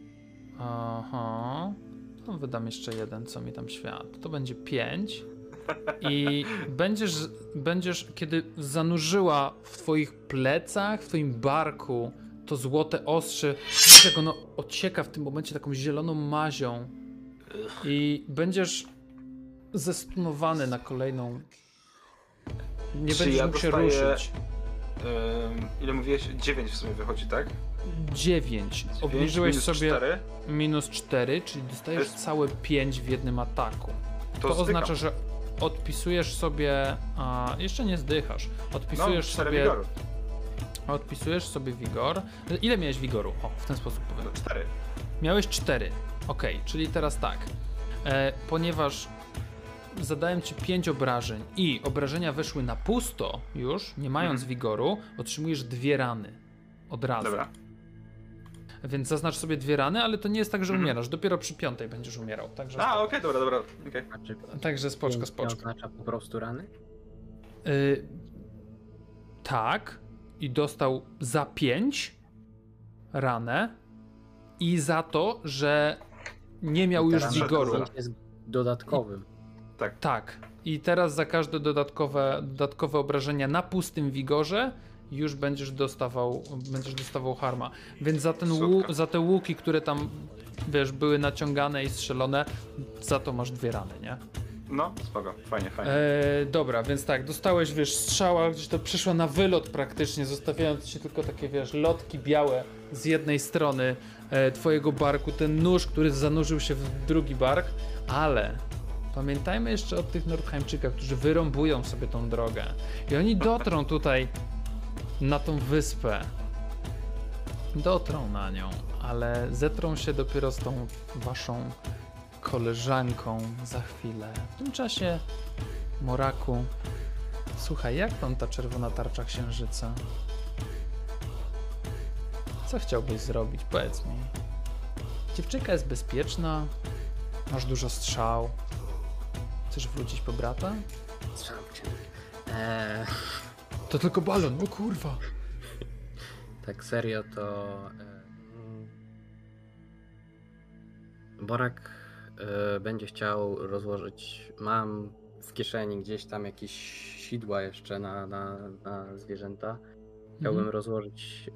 Aha. No, wydam jeszcze 1, co mi tam świat. To będzie 5. I będziesz, kiedy zanurzyła w twoich plecach, w twoim barku to złote ostrze, jak ono ocieka w tym momencie taką zieloną mazią i będziesz zestunowany na kolejną. Nie
Czy
będziesz
ja
mógł się
dostaję-
ruszyć.
Ile mówiłeś? 9 w sumie wychodzi, tak?
9. Obniżyłeś
minus
sobie
4.
minus 4, czyli dostajesz
To jest-
całe 5 w jednym ataku. To
stykam.
oznacza, że odpisujesz sobie, a jeszcze nie zdychasz. Odpisujesz
4
sobie,
wigoru.
odpisujesz sobie wigor. Ile miałeś wigoru? O, w ten sposób powiem.
4.
Miałeś 4. Okej, czyli teraz tak. Ponieważ zadałem ci 5 obrażeń i obrażenia weszły na pusto już, nie mając wigoru, otrzymujesz 2 rany. Od razu.
Dobra.
Więc zaznacz sobie 2 rany, ale to nie jest tak, że umierasz. Dopiero przy 5 będziesz umierał. Także,
A, okej, dobra. Okay.
A czy
także spoczko.
pięć oznacza po prostu rany?
Tak. I dostał za 5 ranę i za to, że nie miał już
Rana
wigoru.
jest dodatkowym.
Tak. I teraz za każde dodatkowe obrażenia na pustym wigorze już będziesz dostawał harma. Więc za te łuki, które tam, wiesz, były naciągane i strzelone, za to masz 2 rany, nie?
No, spoko, fajnie.
Dobra, więc tak, dostałeś, wiesz, strzała, gdzieś to przyszła na wylot praktycznie, zostawiając ci tylko takie, wiesz, lotki białe z jednej strony twojego barku, ten nóż, który zanurzył się w drugi bark, ale pamiętajmy jeszcze o tych Nordheimczykach, którzy wyrąbują sobie tą drogę i oni dotrą tutaj na tą wyspę. Dotrą na nią, ale zetrą się dopiero z tą waszą koleżanką za chwilę. W tym czasie, Moraku, słuchaj, jak tam ta czerwona tarcza księżyca? Co chciałbyś zrobić? Powiedz mi. Dziewczynka jest bezpieczna, masz dużo strzał. Chcesz wrócić po brata?
Strzał cię.
To tylko balon, o kurwa.
Tak serio to... Borak będzie chciał rozłożyć... Mam w kieszeni gdzieś tam jakieś sidła jeszcze na zwierzęta. Chciałbym rozłożyć...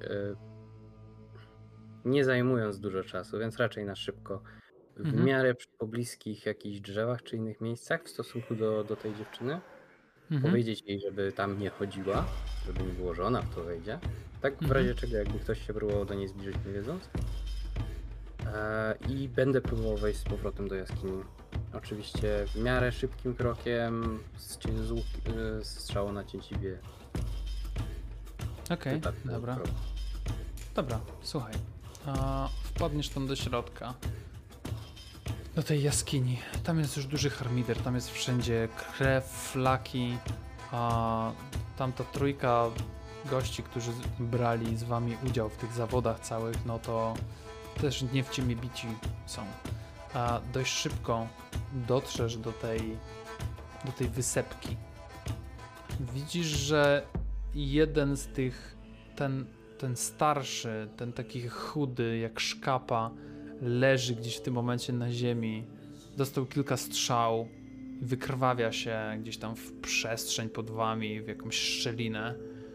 nie zajmując dużo czasu, więc raczej na szybko. W miarę przy pobliskich jakichś drzewach czy innych miejscach w stosunku do tej dziewczyny. Powiedzieć jej, żeby tam nie chodziła, żeby nie było, że ona w to wejdzie. Tak w razie czego, jakby ktoś się próbował do niej zbliżyć, nie wiedząc. I będę próbował wejść z powrotem do jaskini. Oczywiście w miarę szybkim krokiem, z strzału na cięciwie.
Okej, dobra. Dobra, słuchaj. Wpadniesz tam do środka. Do tej jaskini. Tam jest już duży harmider, tam jest wszędzie krew, flaki. Tamta trójka gości, którzy brali z wami udział w tych zawodach całych, no to też nie w ciemię bici są. Dość szybko dotrzesz do tej wysepki. Widzisz, że jeden z tych, ten starszy, ten taki chudy jak szkapa, leży gdzieś w tym momencie na ziemi. Dostał kilka strzał, wykrwawia się gdzieś tam w przestrzeń pod wami, w jakąś szczelinę.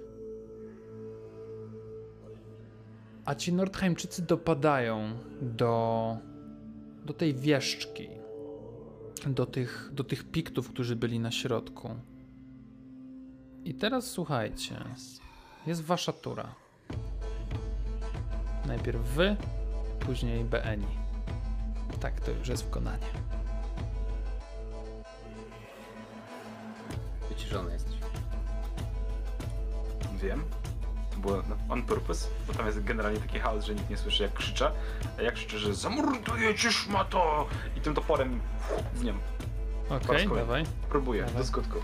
A ci Nordheimczycy dopadają do tej wieszczki, do tych piktów, którzy byli na środku. I teraz słuchajcie, jest wasza tura. Najpierw wy, później BNI. Tak, to już jest wykonanie.
Wyciszony jesteś.
Wiem. To było on purpose, bo tam jest generalnie taki chaos, że nikt nie słyszy jak krzyczę. A jak krzyczę, że zamorduję cię, szmato! I tym toporem w nią.
Okej, dawaj.
Próbuję,
Dawaj.
do skutku.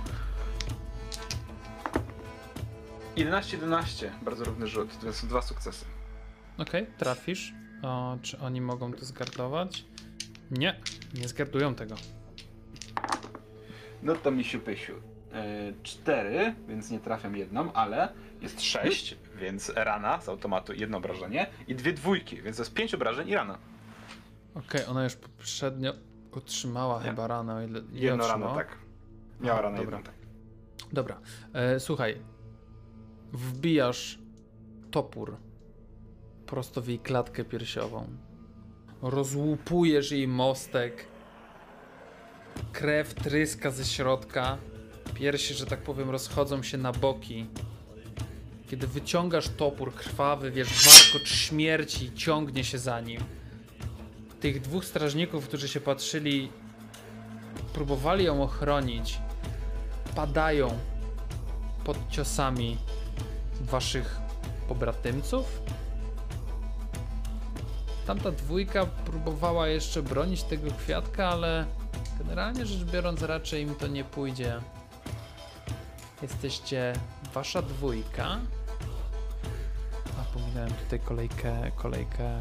11-11, bardzo równy rzut, to są 2 sukcesy.
Okej, trafisz. Czy oni mogą to zgardować? Nie zgardują tego.
No to misiu pysiu. 4, więc nie trafiam jedną, ale jest 6, więc rana z automatu, 1 obrażenie i 2 dwójki, więc to jest 5 obrażeń i rana.
Okej, ona już poprzednio otrzymała chyba ranę, o ile nie
Jedno
otrzymała.
rano, tak. Miała ranę
dobra.
jedną, tak.
Dobra, słuchaj. Wbijasz topór prosto w jej klatkę piersiową. Rozłupujesz jej mostek. Krew tryska ze środka. Piersi, że tak powiem, rozchodzą się na boki. Kiedy wyciągasz topór krwawy, wiesz, warkocz śmierci ciągnie się za nim. Tych 2 strażników, którzy się patrzyli, próbowali ją ochronić, padają pod ciosami waszych pobratymców. Tamta dwójka próbowała jeszcze bronić tego kwiatka, ale generalnie rzecz biorąc raczej im to nie pójdzie. Jesteście wasza dwójka. Pominąłem tutaj kolejkę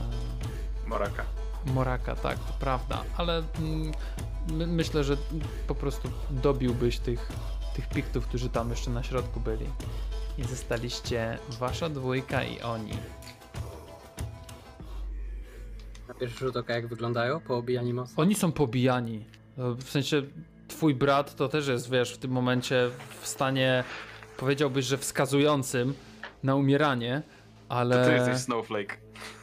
Moraka, tak, to prawda, ale myślę, że po prostu dobiłbyś tych piktów, którzy tam jeszcze na środku byli. I zostaliście wasza dwójka i oni.
Na pierwszy rzut oka jak wyglądają? Poobijani mocno?
Oni są pobijani. W sensie twój brat to też jest, wiesz, w tym momencie w stanie, powiedziałbyś, że wskazującym na umieranie, ale...
To ty jesteś Snowflake.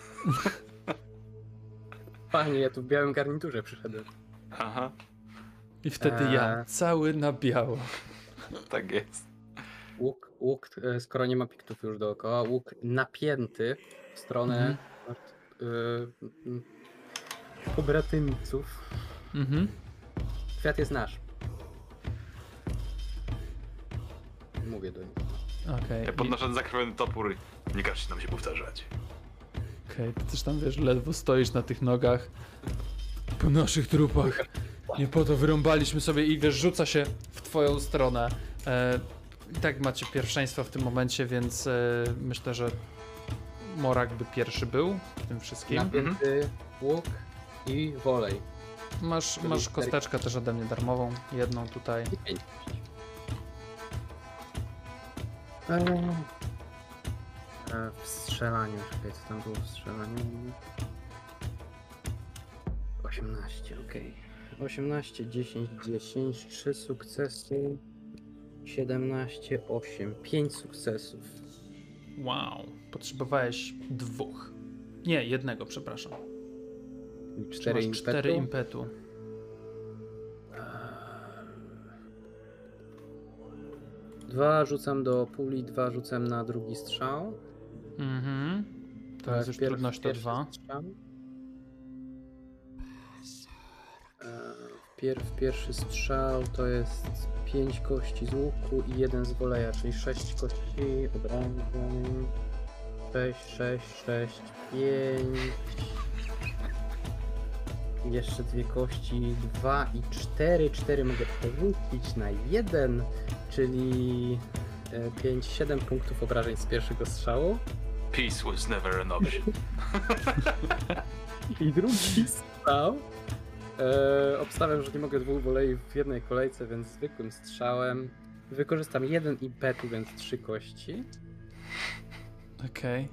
Panie, ja tu w białym garniturze przyszedłem.
Aha,
I wtedy ja, cały na biało.
tak jest.
Łuk, skoro nie ma piktów już dookoła, łuk napięty w stronę pobratymców. Kwiat jest nasz. Mówię do nich.
Okej.
Ja podnoszę zakrwawiony topór. Nie każcie nam się powtarzać.
Okej, ty też tam, wiesz, ledwo stoisz na tych nogach. po naszych trupach. Nie po to wyrąbaliśmy sobie i wiesz, rzuca się w twoją stronę. I tak macie pierwszeństwo w tym momencie, więc myślę, że Morak by pierwszy był w tym wszystkim.
Napięty łuk i wolej.
Masz kosteczkę też ode mnie darmową, jedną tutaj.
I 5. W strzelaniu, czekaj, co tam było w strzelaniu? 18, okej. 18, 10, 10, 3 sukcesy, 17, 8, 5 sukcesów.
Wow, potrzebowałeś 2. Nie, 1, przepraszam.
I 4
Masz 4 impetu.
Dwa rzucam do puli, 2 rzucam na drugi strzał.
Mhm. To jest już trudność to 2.
Strzał. Pierwszy strzał to jest 5 kości z łuku i 1 z woleja, czyli 6 kości obrażeń. 6, 5. Jeszcze 2 kości, 2 i 4. 4 mogę przerzucić na 1, czyli 5, 7 punktów obrażeń z pierwszego strzału.
Peace was never an option.
I drugi strzał. Obstawiam, że nie mogę 2 wolei w jednej kolejce, więc zwykłym strzałem wykorzystam 1 impetu, więc 3 kości.
Okej.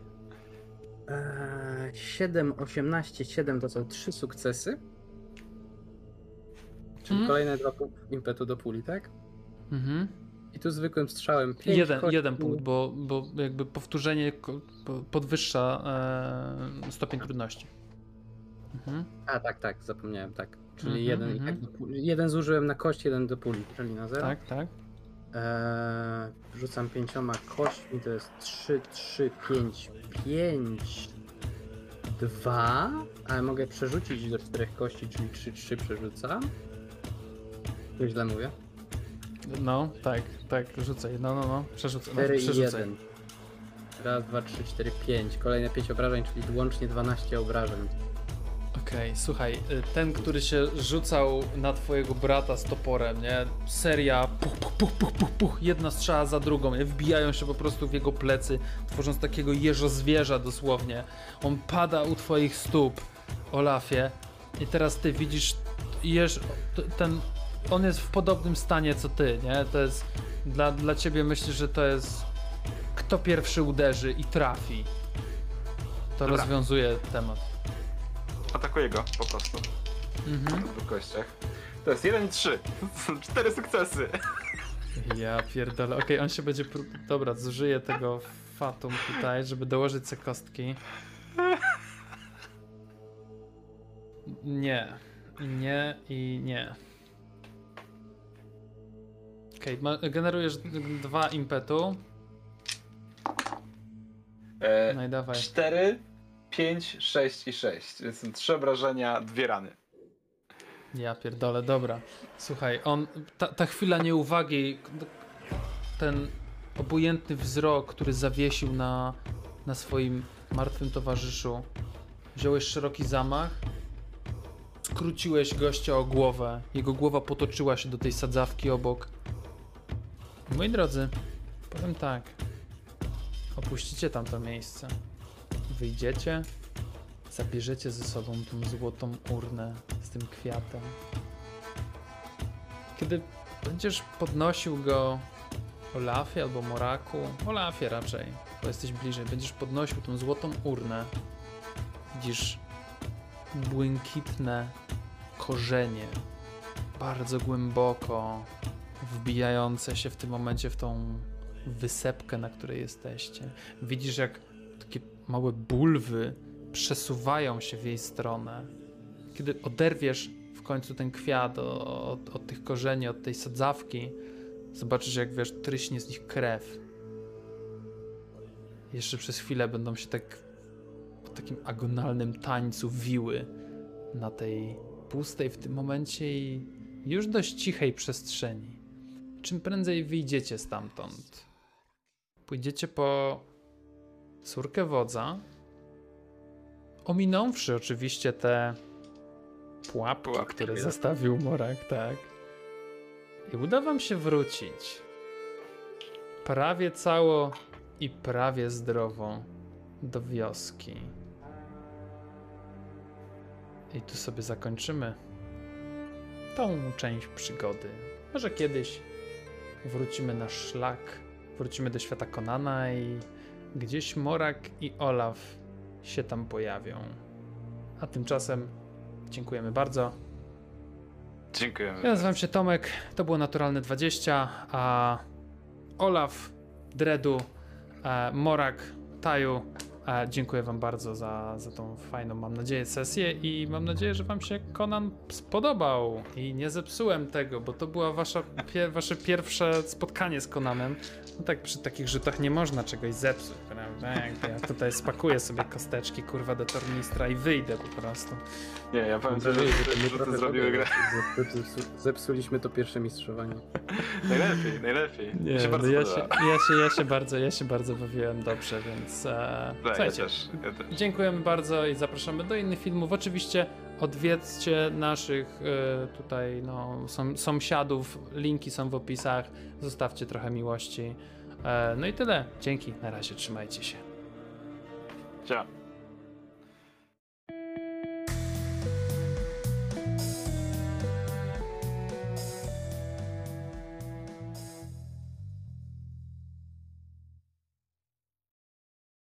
7, 18, 7 to są 3 sukcesy. Czyli kolejne 2 impetu do puli, tak?
Mhm.
I tu zwykłym strzałem 5
Jeden punkt, bo jakby powtórzenie podwyższa stopień trudności. Mhm.
A tak, zapomniałem, tak. Czyli
Mhm,
jeden,
mhm.
i tak jeden zużyłem na kość, 1 do puli, czyli na 0.
Tak.
Rzucam 5 kośćmi, to jest 3, 3, 5, 5, 2, ale mogę przerzucić do 4 kości, czyli 3, 3 przerzucam. To źle mówię.
No, tak, rzucaj. No, przerzucaj.
4 i
Przerzucaj.
1. Raz, 2, 3, 4, 5. Kolejne 5 obrażeń, czyli łącznie 12 obrażeń.
Okej, słuchaj, ten, który się rzucał na twojego brata z toporem, nie? Seria puch, jedna strzała za drugą, nie? Wbijają się po prostu w jego plecy, tworząc takiego jeżozwierza dosłownie. On pada u twoich stóp, Olafie, i teraz ty widzisz, on jest w podobnym stanie co ty, nie? To jest, dla ciebie myślisz, że to jest kto pierwszy uderzy i trafi. To
Dobra.
rozwiązuje temat.
Atakuję go po prostu. W kościach. To jest 1 i 3. 4 sukcesy.
Ja pierdolę. Okej, on się będzie... Dobra, zużyję tego fatum tutaj, żeby dołożyć sobie kostki. Nie. Nie i nie. Okej, generujesz 2 impetu. No i dawaj.
4, 5, 6 i 6. Więc są 3 obrażenia, 2 rany.
Ja pierdolę, dobra. Słuchaj, ta chwila nieuwagi, ten obojętny wzrok, który zawiesił na swoim martwym towarzyszu. Wziąłeś szeroki zamach, skróciłeś gościa o głowę. Jego głowa potoczyła się do tej sadzawki obok. Moi drodzy, powiem tak. Opuścicie tamto miejsce. Wyjdziecie, zabierzecie ze sobą tą złotą urnę z tym kwiatem. Kiedy będziesz podnosił go Olafie albo Moraku, Olafie raczej, bo jesteś bliżej, będziesz podnosił tą złotą urnę, widzisz błękitne korzenie, bardzo głęboko wbijające się w tym momencie w tą wysepkę, na której jesteście. Widzisz, jak takie małe bulwy przesuwają się w jej stronę. Kiedy oderwiesz w końcu ten kwiat od tych korzeni, od tej sadzawki, zobaczysz, jak wiesz, tryśnie z nich krew. Jeszcze przez chwilę będą się tak w takim agonalnym tańcu wiły na tej pustej w tym momencie i już dość cichej przestrzeni. Czym prędzej wyjdziecie stamtąd. Pójdziecie po córkę wodza, ominąwszy oczywiście te pułapki,
Pułapki,
które
tak.
zostawił Morak, tak. I uda wam się wrócić prawie cało i prawie zdrowo do wioski. I tu sobie zakończymy tą część przygody. Może kiedyś wrócimy na szlak, wrócimy do świata Conana i gdzieś Morak i Olaf się tam pojawią. A tymczasem dziękujemy bardzo.
Dziękujemy.
Ja nazywam się Tomek, to było Naturalne 20, a Olaf, Dredu, Morak, Taju, dziękuję wam bardzo za tą fajną, mam nadzieję, sesję i mam nadzieję, że wam się Conan spodobał i nie zepsułem tego, bo to była wasze pierwsze spotkanie z Conanem. No tak, przy takich rzutach nie można czegoś zepsuć, prawda? Ja tutaj spakuję sobie kosteczki, kurwa, do tornistra i wyjdę po prostu.
Nie, ja powiem, że to zrobiły grę.
Zepsuliśmy to pierwsze mistrzowanie.
Najlepiej.
Nie,
Mi się bardzo podoba.
ja się bardzo bawiłem dobrze, więc słuchajcie,
Ja też.
dziękujemy bardzo i zapraszamy do innych filmów. Oczywiście odwiedźcie naszych tutaj sąsiadów, linki są w opisach, zostawcie trochę miłości. No i tyle. Dzięki, na razie, trzymajcie się.
Ciao.